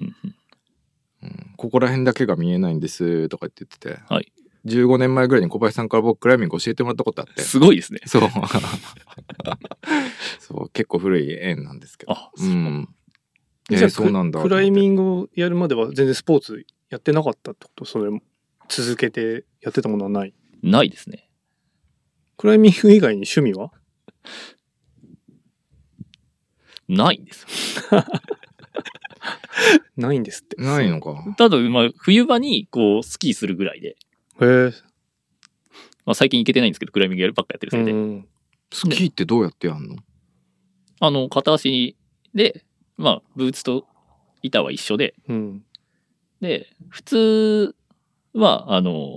ここら辺だけが見えないんですとか言ってて、 はい、 15年前ぐらいに小林さんから僕クライミング教えてもらったことあって。 すごいですね。 そうそう結構古い縁なんですけど。そうなんだ。 クライミングをやるまでは全然スポーツやってなかったってこと？それ続けてやってたものはない？ ないですね。 クライミング以外に趣味は？ ないんです。 ないんですって。 ないのか。 ただまあ冬場にこうスキーするぐらいで。 へえ。 まあ最近行けてないんですけど、クライミングやるばっかやってるせいで。 スキーってどうやってやんの？ 片足で、まあブーツと板は一緒で、で普通は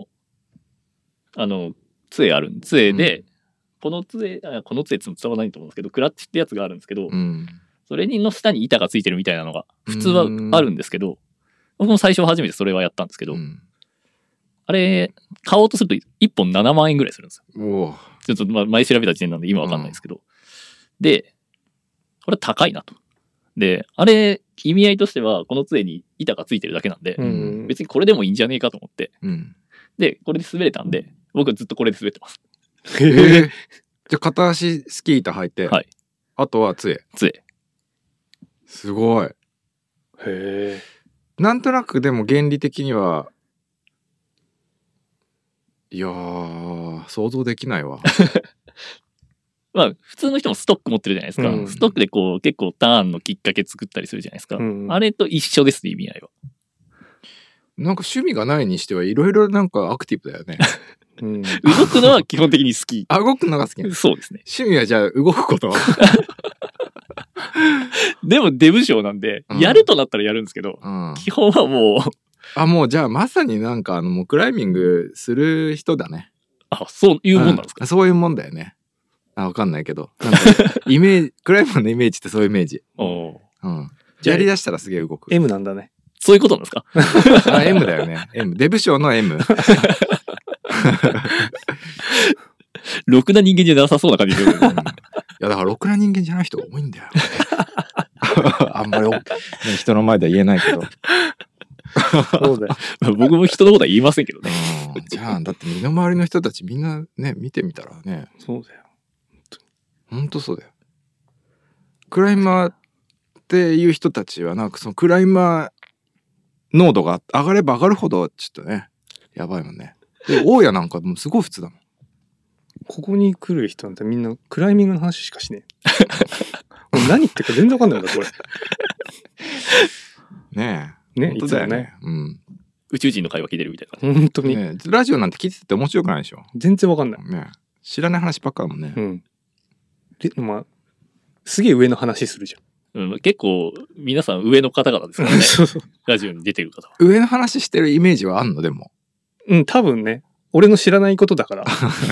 杖あるん杖で、この杖って伝わらないと思うんですけど、クラッチってやつがあるんですけど、それの下に板がついてるみたいなのが普通はあるんですけど、僕も最初初めてそれはやったんですけど、あれ買おうとすると1本7万円ぐらいするんですよ。ちょっと前調べた時点なんで今わかんないですけど、でこれ高いなと。であれ意味合いとしてはこの杖に板がついてるだけなんで、別にこれでもいいんじゃねえかと思って、でこれで滑れたんで僕はずっとこれで滑ってます。 じゃあ片足スキー板履いて、はい、あとは杖。すごい。へえ。なんとなくでも原理的にはいやー想像できないわ。 まあ普通の人もストック持ってるじゃないですか、ストックでこう結構ターンのきっかけ作ったりするじゃないですか、あれと一緒ですね、意味合いは。 なんか趣味がないにしてはいろいろなんかアクティブだよね。 動くのは基本的に好き。 動くのが好き。 そうですね。 趣味はじゃあ動くことでもデブ症なんで、やるとなったらやるんですけど、基本はもうもうじゃあまさになんかもうクライミングする人だね。 そういうもんなんですか？ そういうもんだよね。わかんないけど、なんかイメージクライマーのイメージってそういうイメージ。やりだしたらすげえ動く。 M なんだね。 そういうことなんですか？ M だよね。M デブ賞の M。 ろくな人間じゃなさそうな感じで。いやだからろくな人間じゃない人が多いんだよ。あんまり、人の前では言えないけど。 そうだよ。 僕も人のことは言いませんけどね。 じゃあだって身の回りの人たちみんなね見てみたらね。 そうだよ。 ほんとそうだよ。クライマーっていう人たちはなんかそのクライマー濃度が上がれば上がるほどちょっとねやばいもんね。で大家なんかもうすごい普通だもん。 ここに来る人なんてみんなクライミングの話しかしねえ。 何言ってるか全然わかんないんだこれ。 ねね、 本当だよね。 宇宙人の会話聞いてるみたいな。 本当に、 ね。ラジオなんて聞いてて面白くないでしょ。 全然わかんない。 ね、知らない話ばっかだもんね。 で、まあすげえ上の話するじ結構皆さん上の方々ですからね。 そうそう。 ラジオに出てる方は。 上の話してるイメージはあんのでも。 多分ね。俺の知らないことだから。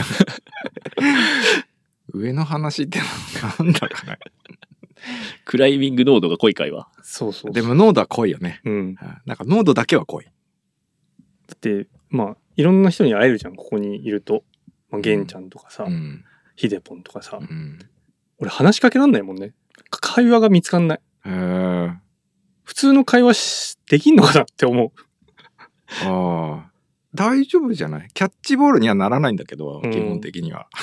上の話ってなんだろうね。 クライミング濃度が濃い会話。 そうそう。 でも濃度は濃いよね。なんか濃度だけは濃い。 だってまあいろんな人に会えるじゃん、ここにいると。まあ、ゲンちゃんとかさ、ヒデポンとかさ、俺話しかけらんないもんね。会話が見つかんない。普通の会話できんのかなって思う。 ああ。大丈夫じゃない？キャッチボールにはならないんだけど、基本的には。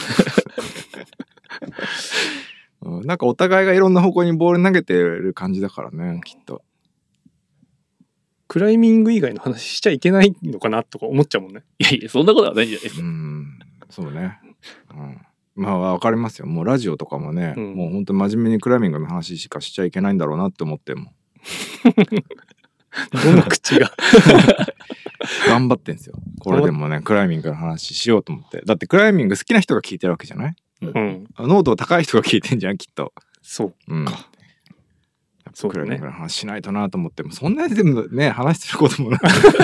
なんかお互いがいろんな方向にボール投げてる感じだからね、きっと。 クライミング以外の話しちゃいけないのかなとか思っちゃうもんね。 いやいや、そんなことはないんじゃないですか。 そうね。まあわかりますよ。もうラジオとかもね、もう本当真面目にクライミングの話しかしちゃいけないんだろうなって思っても。 どの口が頑張ってんですよ。これでもね、クライミングの話しようと思って。だってクライミング好きな人が聞いてるわけじゃない？濃度高い人が聞いてんじゃん、きっと。 そうか。 クライミングの話しないとなと思っても、そんなに全部ね、話してることもない。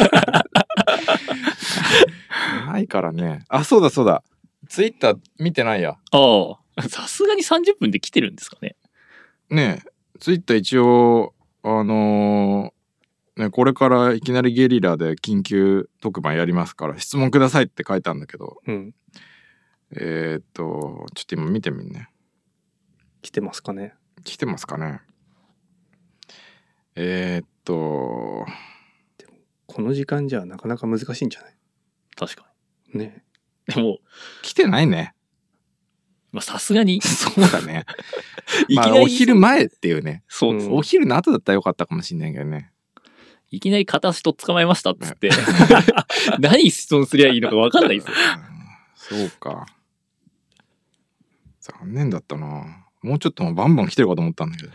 ないからね。あ、そうだそうだ。ツイッター見てないや。 ああ、さすがに30分で来てるんですかね。 ねえ、ツイッター一応、ね、これからいきなりゲリラで緊急特番やりますから質問くださいって書いたんだけど、ちょっと今見てみんね。 来てますかね。 来てますかね。でもこの時間じゃなかなか難しいんじゃない？ 確かにね。 でも来てないね。 まあさすがにそうだね。まあお昼前っていうね。 そうです、 お昼の後だったらよかったかもしれないけどね。 いきなり片足と捕まえましたっつって何質問すりゃいいのか分かんないですよ。 そうか。残念だったな。もうちょっとバンバン来てるかと思ったんだけど。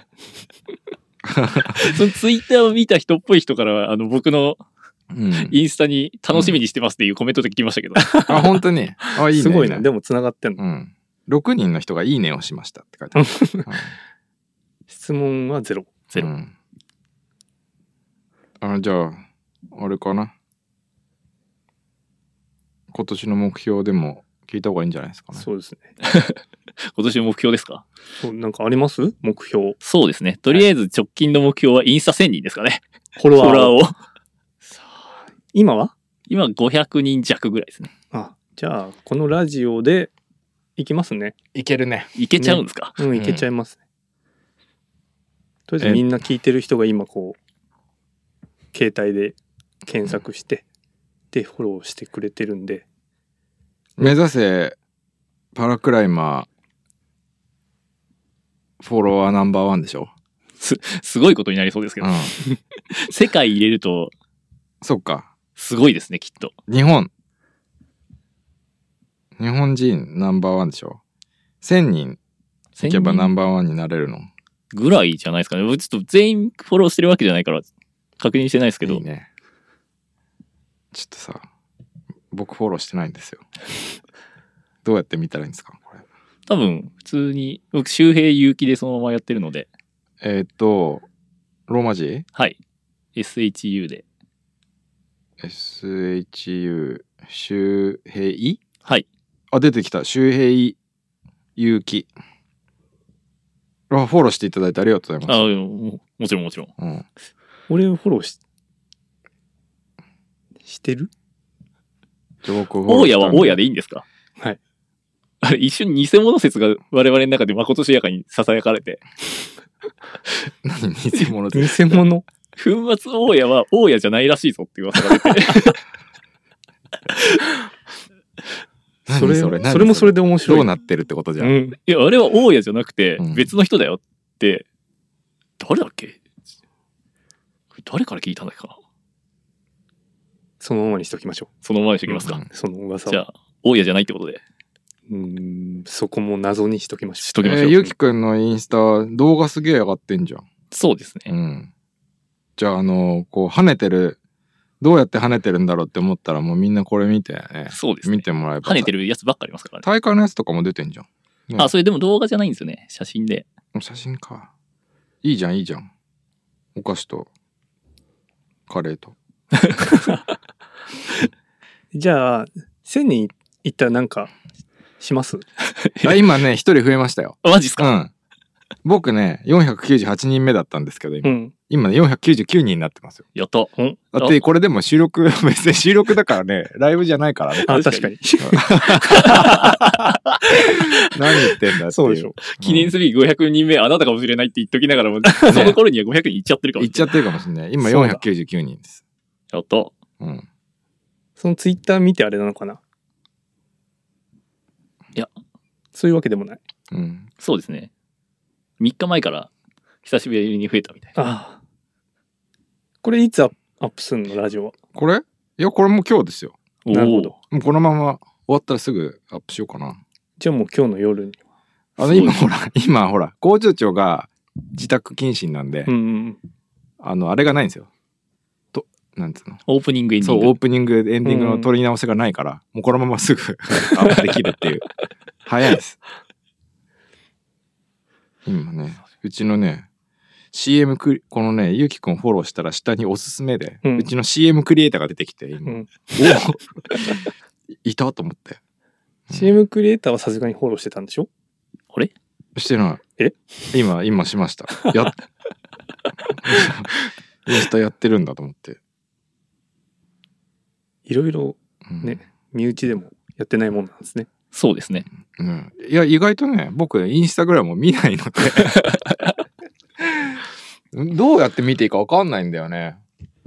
そのツイッターを見た人っぽい人から僕のインスタに楽しみにしてますっていうコメントで聞きましたけど。 あ、本当に。あ、いいね。 すごいな。でも繋がってんの。 6人の人がいいねをしましたって書いてある。 質問はゼロ。 ゼロ。 じゃああれかな。今年の目標でも聞いた方がいいんじゃないですかね。 そうですね。 今年の目標ですか？ なんかあります？目標。 そうですね。とりあえず直近の目標はインスタ1000人ですかね。 フォロワーを。今は 500人弱ぐらいですね。 あ、じゃあこのラジオでいきますね。 いけるね。 いけちゃうんですか？ いけちゃいますね。とりあえずみんな聞いてる人が今こう携帯で検索してでフォローしてくれてるんで、 目指せパラクライマーフォロワーナンバーワンでしょ。 すごいことになりそうですけど、世界入れるとそっか、 すごいですね、きっと。 日本人ナンバーワンでしょ。1000人いけばナンバーワンになれるのぐらいじゃないですかね。ちょっと全員フォローしてるわけじゃないから確認してないですけど。 いいね。ちょっとさ、僕フォローしてないんですよ。どうやって見たらいいんですかこれ。 多分普通に僕周平有機でそのままやってるので。 ローマ字？ はい。SHU で。 SHU 周平？ はい。 あ、出てきた。周平有機。フォローしていただいてありがとうございます。 もちろんもちろん。 俺フォローしてる？ 大家は大家でいいんですか？ はい。 あれ一瞬偽物説が我々の中でまことしやかに囁かれて。 何偽物って。偽物？ 粉末大家は大家じゃないらしいぞって噂が出て。 それもそれで面白い。 どうなってるってことじゃん。 いや、あれは大家じゃなくて別の人だよって、誰だっけ？誰から聞いたんだっけかな。 そのままにしときましょう。 そのままにしときますか。 その噂。 じゃあ大家じゃないってことで。 そこも謎にしときましょう。 しときましょう。 ゆうきくんのインスタ動画すげえ上がってんじゃん。 そうですね。 うん。じゃあこう跳ねてる、どうやって跳ねてるんだろうって思ったらもうみんなこれ見てね。 そうですね。 見てもらえば。 跳ねてるやつばっかありますからね。 大会のやつとかも出てんじゃん。 ね、あ、それでも動画じゃないんですよね。写真で。 写真か。いいじゃんいいじゃん。お菓子とカレーと。 じゃあ1000人いったらなんかします今ね1人増えましたよ。 マジっすか？ うん。僕ね498人目だったんですけど今ね499人になってますよ。 やった。 だってこれでも収録別に収録だからねライブじゃないからね。 あ、確かに。 何言ってんだっていう。 そうでしょ。 記念すべき500人目あなたかもしれないって言っときながらも、その頃には500人いっちゃってるかもしれない。 いっちゃってるかもしれない。今499人です。 やった。 うん。 そのツイッター見てあれなのかな。 いや、 そういうわけでもない。 うん。 そうですね。3日前から久しぶりに増えたみたいな。 ああ。これいつアップすんのラジオは。 これ？いやこれも今日ですよ。 なるほど。 もうこのまま終わったらすぐアップしようかな。 じゃあもう今日の夜に。 今ほら工場長が自宅謹慎なんで、あれがないんですよ。なんつうの？ オープニングエンディング。 そう、オープニングエンディングの取り直しがないから、もうこのまますぐアップできるっていう。早いです。今ね、うちのね、CM このね、ゆうきくんフォローしたら下におすすめで、うちの CM クリエイターが出てきて、今。いたと思って。 CM クリエイターはさすがにフォローしてたんでしょ？ あれ？ してない。今しました。インスタやってるんだと思って。 いろいろね、身内でもやってないもんなんですね。 そうですね。 うん。いや、意外とね、僕、インスタグラムを見ないので。どうやって見ていいか分かんないんだよね。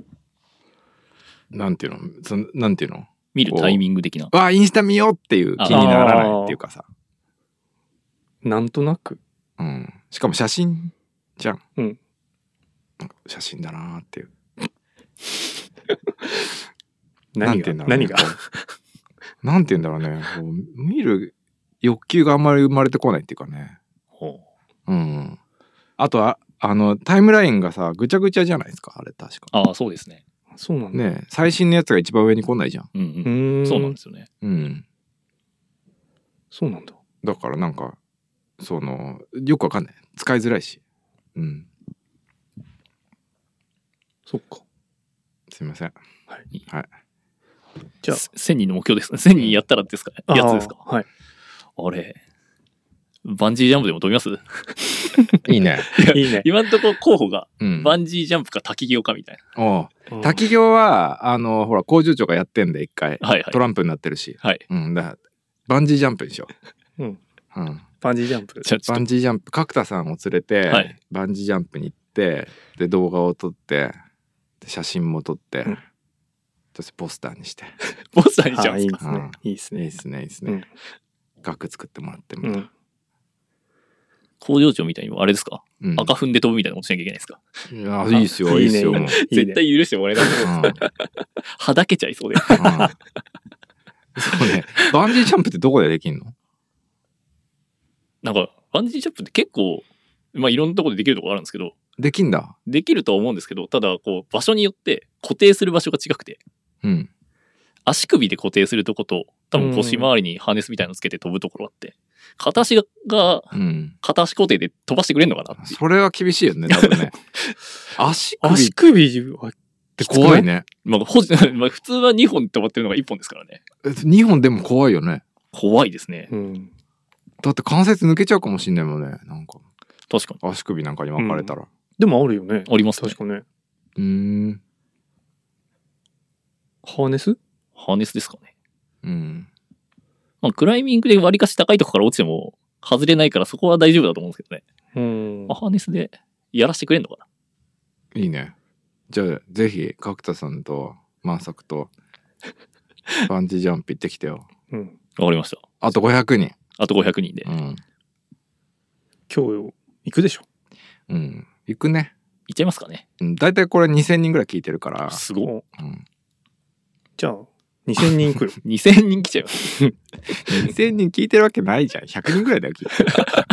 なんていうの見るタイミング的な。 インスタ見ようっていう気にならないっていうかさ。 なんとなく。 うん。しかも写真じゃん。 うん。 写真だなーっていう。 何がなんて言うんだろうね。見る欲求があんまり生まれてこないっていうかね。うん。あとは、タイムラインがさ、ぐちゃぐちゃじゃないですか、あれ確か。 ああ、そうですね。 そうなんだ。 ね、最新のやつが一番上に来ないじゃん。 そうなんですよね。 うん。 そうなんだ。 だからなんか、よくわかんない。使いづらいし。うん。 そっか。 すいません。 はい。 じゃあ、1000人の目標ですね。1000人やったらですか？やつですか？ はい。 あれ、バンジージャンプでも飛びます？ いいね。 いいね。 今んとこ候補が、バンジージャンプか滝行かみたいな。滝行は、ほら、工場長がやってんで、一回。トランプになってるし。 はい。 だから、バンジージャンプにしよう。 バンジージャンプ。 バンジージャンプ、角田さんを連れて、バンジージャンプに行って、で、動画を撮って、で写真も撮って、そしてポスターにして。 ポスターにしちゃうんですか？いいですね。 いいですね。額作ってもらっても。 工場長みたいにもあれですか？赤踏んで飛ぶみたいなことしなきゃいけないですか？ いや、いいっすよ、いいっすよ。 絶対許してもらえないと思うんですよ。はだけちゃいそうで。 そうね。バンジージャンプってどこでできんの？ なんか、バンジージャンプって結構、いろんなところでできるところあるんですけど。 できんだ。 できるとは思うんですけど、ただ、場所によって固定する場所が違くて。足首で固定するとこと、多分腰回りにハーネスみたいなのつけて飛ぶところあって、片足が、片足固定で飛ばしてくれるのかなって。 それは厳しいよね、多分ね。足首は怖いね。 普通は2本飛ばってるのが1本ですからね。 2本でも怖いよね。 怖いですね。 だって関節抜けちゃうかもしんないもんね。なんか。 確かに。 足首なんかに巻かれたら。 でもあるよね。 ありますね。 確かね。 ハーネスですかね。 クライミングで割りかし高いとこから落ちても外れないからそこは大丈夫だと思うんですけどね。ハーネスでやらせてくれんのかな？ いいね。じゃあぜひ角田さんと万作とバンジージャンプ行ってきてよ。 わかりました。 あと500人。 あと500人で。 今日行くでしょ。 行くね。 行っちゃいますかね。 だいたいこれ2000人ぐらい聞いてるから。 すごい。 じゃあ 2000人来る。 2000人来ちゃいます。 2000人聞いてるわけないじゃん。100人ぐらいだよ、聞いてる。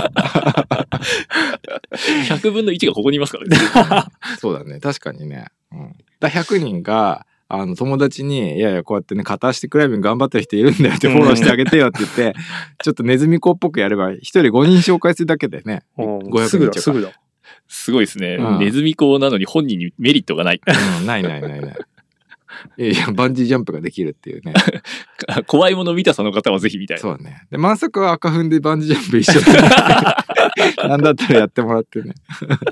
100分の1がここにいますからね。 そうだね、確かにね。だ100人が、友達に、いやいや、こうやってね、片足でクライミング頑張ってる人いるんだよってフォローしてあげてよって言って、ちょっとネズミ子っぽくやれば、一人5人紹介するだけでね、500人すぐだ、すぐだ。 すごいですね。ネズミ子なのに本人にメリットがない。 ない。いや、バンジージャンプができるっていうね。 怖いもの見たさの方はぜひ見たい。 そうね。で、満足は赤踏んでバンジージャンプ一緒に。なんだったらやってもらってね。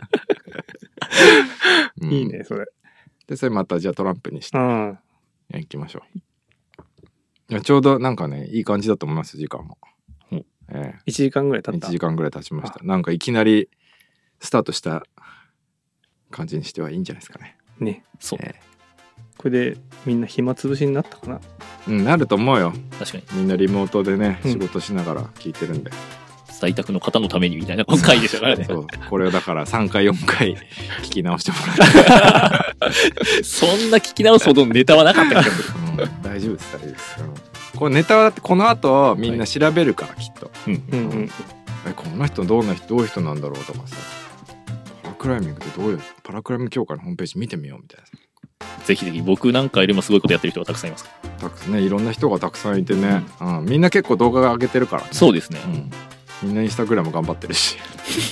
いいね、それ。 で、それまたじゃあトランプにして、行きましょう。ちょうどなんかね、いい感じだと思います、時間も。 1時間ぐらい経った。 1時間ぐらい経ちました。なんかいきなりスタートした感じにしてはいいんじゃないですかね。 ね、そう。これでみんな暇つぶしになったかな。 なると思うよ。 確かに。 みんなリモートでね、仕事しながら聞いてるんで。 在宅の方のためにみたいな回でしたからね。 そう。これをだから3回4回聞き直してもらって。 そんな聞き直すほどのネタはなかったけど。 大丈夫です、大丈夫です。これネタはだってこの後みんな調べるから、きっと。この人どういう人なんだろうとかさ。パラクライミングってパラクライミング協会のホームページ見てみようみたいな。 ぜひぜひ、僕なんかよりもすごいことやってる人がたくさんいます。 いろんな人がたくさんいてね、みんな結構動画が上げてるからね。 そうですね。 みんなインスタグラム頑張ってるし。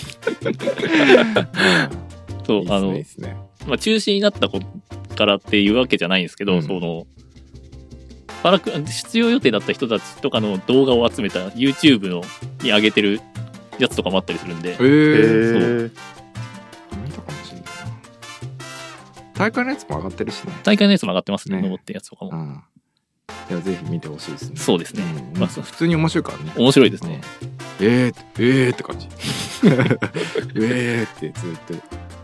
そう、 いいですね。 まあ中止になったからっていうわけじゃないんですけど、その出場予定だった人たちとかの動画を集めた YouTube に上げてるやつとかもあったりするんで。そう見たかもしれないな。大会のやつも上がってるしね。 大会のやつも上がってますね。登ってるやつとかも。 いや、ぜひ見てほしいですね。 そうですね。 まあ普通に面白いからね。 面白いですね。 って感じ。ってずっと。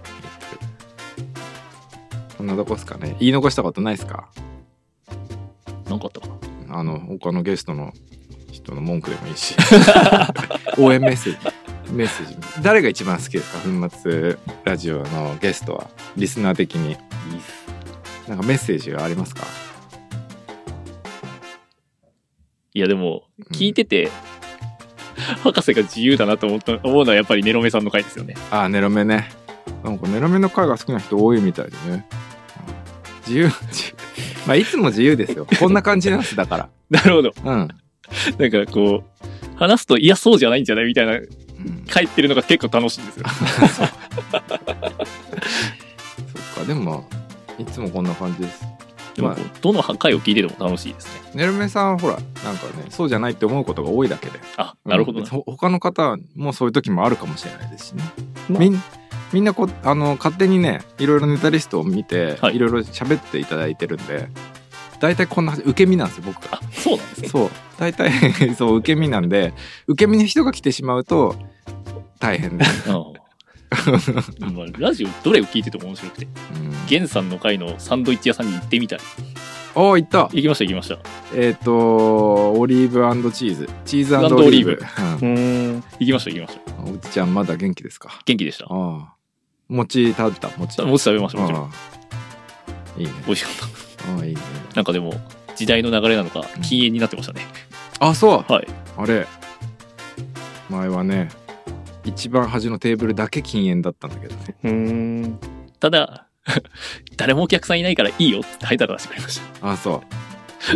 こんなとこっすかね。言い残したことないですか？ なんかあったかな。 他のゲストの人の文句でもいいし。応援メッセージ。誰が一番好きですか？粉末ラジオのゲストは。リスナー的に。なんかメッセージがありますか？ いやでも、聞いてて、博士が自由だなと思うのはやっぱりネロメさんの回ですよね。 ネロメね。なんかネロメの回が好きな人多いみたいでね。自由。まあいつも自由ですよ。こんな感じなんです、だから。 なるほど。なんかこう、話すと、いや、そうじゃないんじゃないみたいな、書いてるのが結構楽しいんですよ。そっか、でも、いつもこんな感じです。 でもどの回を聞いてても楽しいですね。 ネルメさんはほらなんかね、そうじゃないって思うことが多いだけで。 なるほど、 他の方もそういう時もあるかもしれないですしね。みんな勝手にね、いろいろネタリストを見て、いろいろ喋っていただいてるんで、大体こんな受け身なんですよ、僕が。 そうなんですね。 そう、大体そう受け身なんで、受け身の人が来てしまうと大変です。 ラジオどれを聞いてても面白くて、ゲンさんの回のサンドイッチ屋さんに行ってみたい。 行った。 行きました。 オリーブ&チーズオリーブ。 行きました。 おうちちゃんまだ元気ですか？ 元気でした。 餅食べた？ 餅食べました。もちろん。 いいね。 美味しかった。 いいね。 なんかでも時代の流れなのか禁煙になってましたね。 そう。 はい。 あれ前はね、一番端のテーブルだけ禁煙だったんだけどね。 ただ誰もお客さんいないからいいよって入ったら出してくれました。 そう。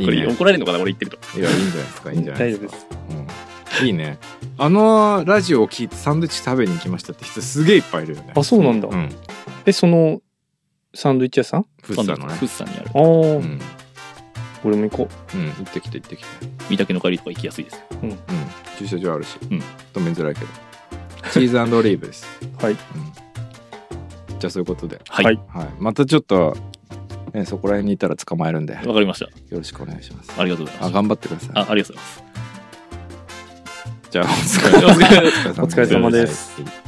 これ怒られるのかな、俺言ってると。 いや、いいんじゃないですか。いいんじゃないですか。 大丈夫です。 いいね。ラジオを聞いてサンドイッチ食べに行きましたって人すげえいっぱいいるよね。 そうなんだ。そのサンドイッチ屋さん？ フッサのね。 フッサにある。 俺も行こう。 行ってきて。 三宅の帰りとか行きやすいです。 駐車場あるし。とめづらいけど。チーズ&オリーブです。 はい。 じゃあそういうことで。 はい。 またちょっとね、そこら辺にいたら捕まえるんで。 わかりました。 よろしくお願いします。 ありがとうございます。 頑張ってください。 ありがとうございます。 じゃあお疲れ様です。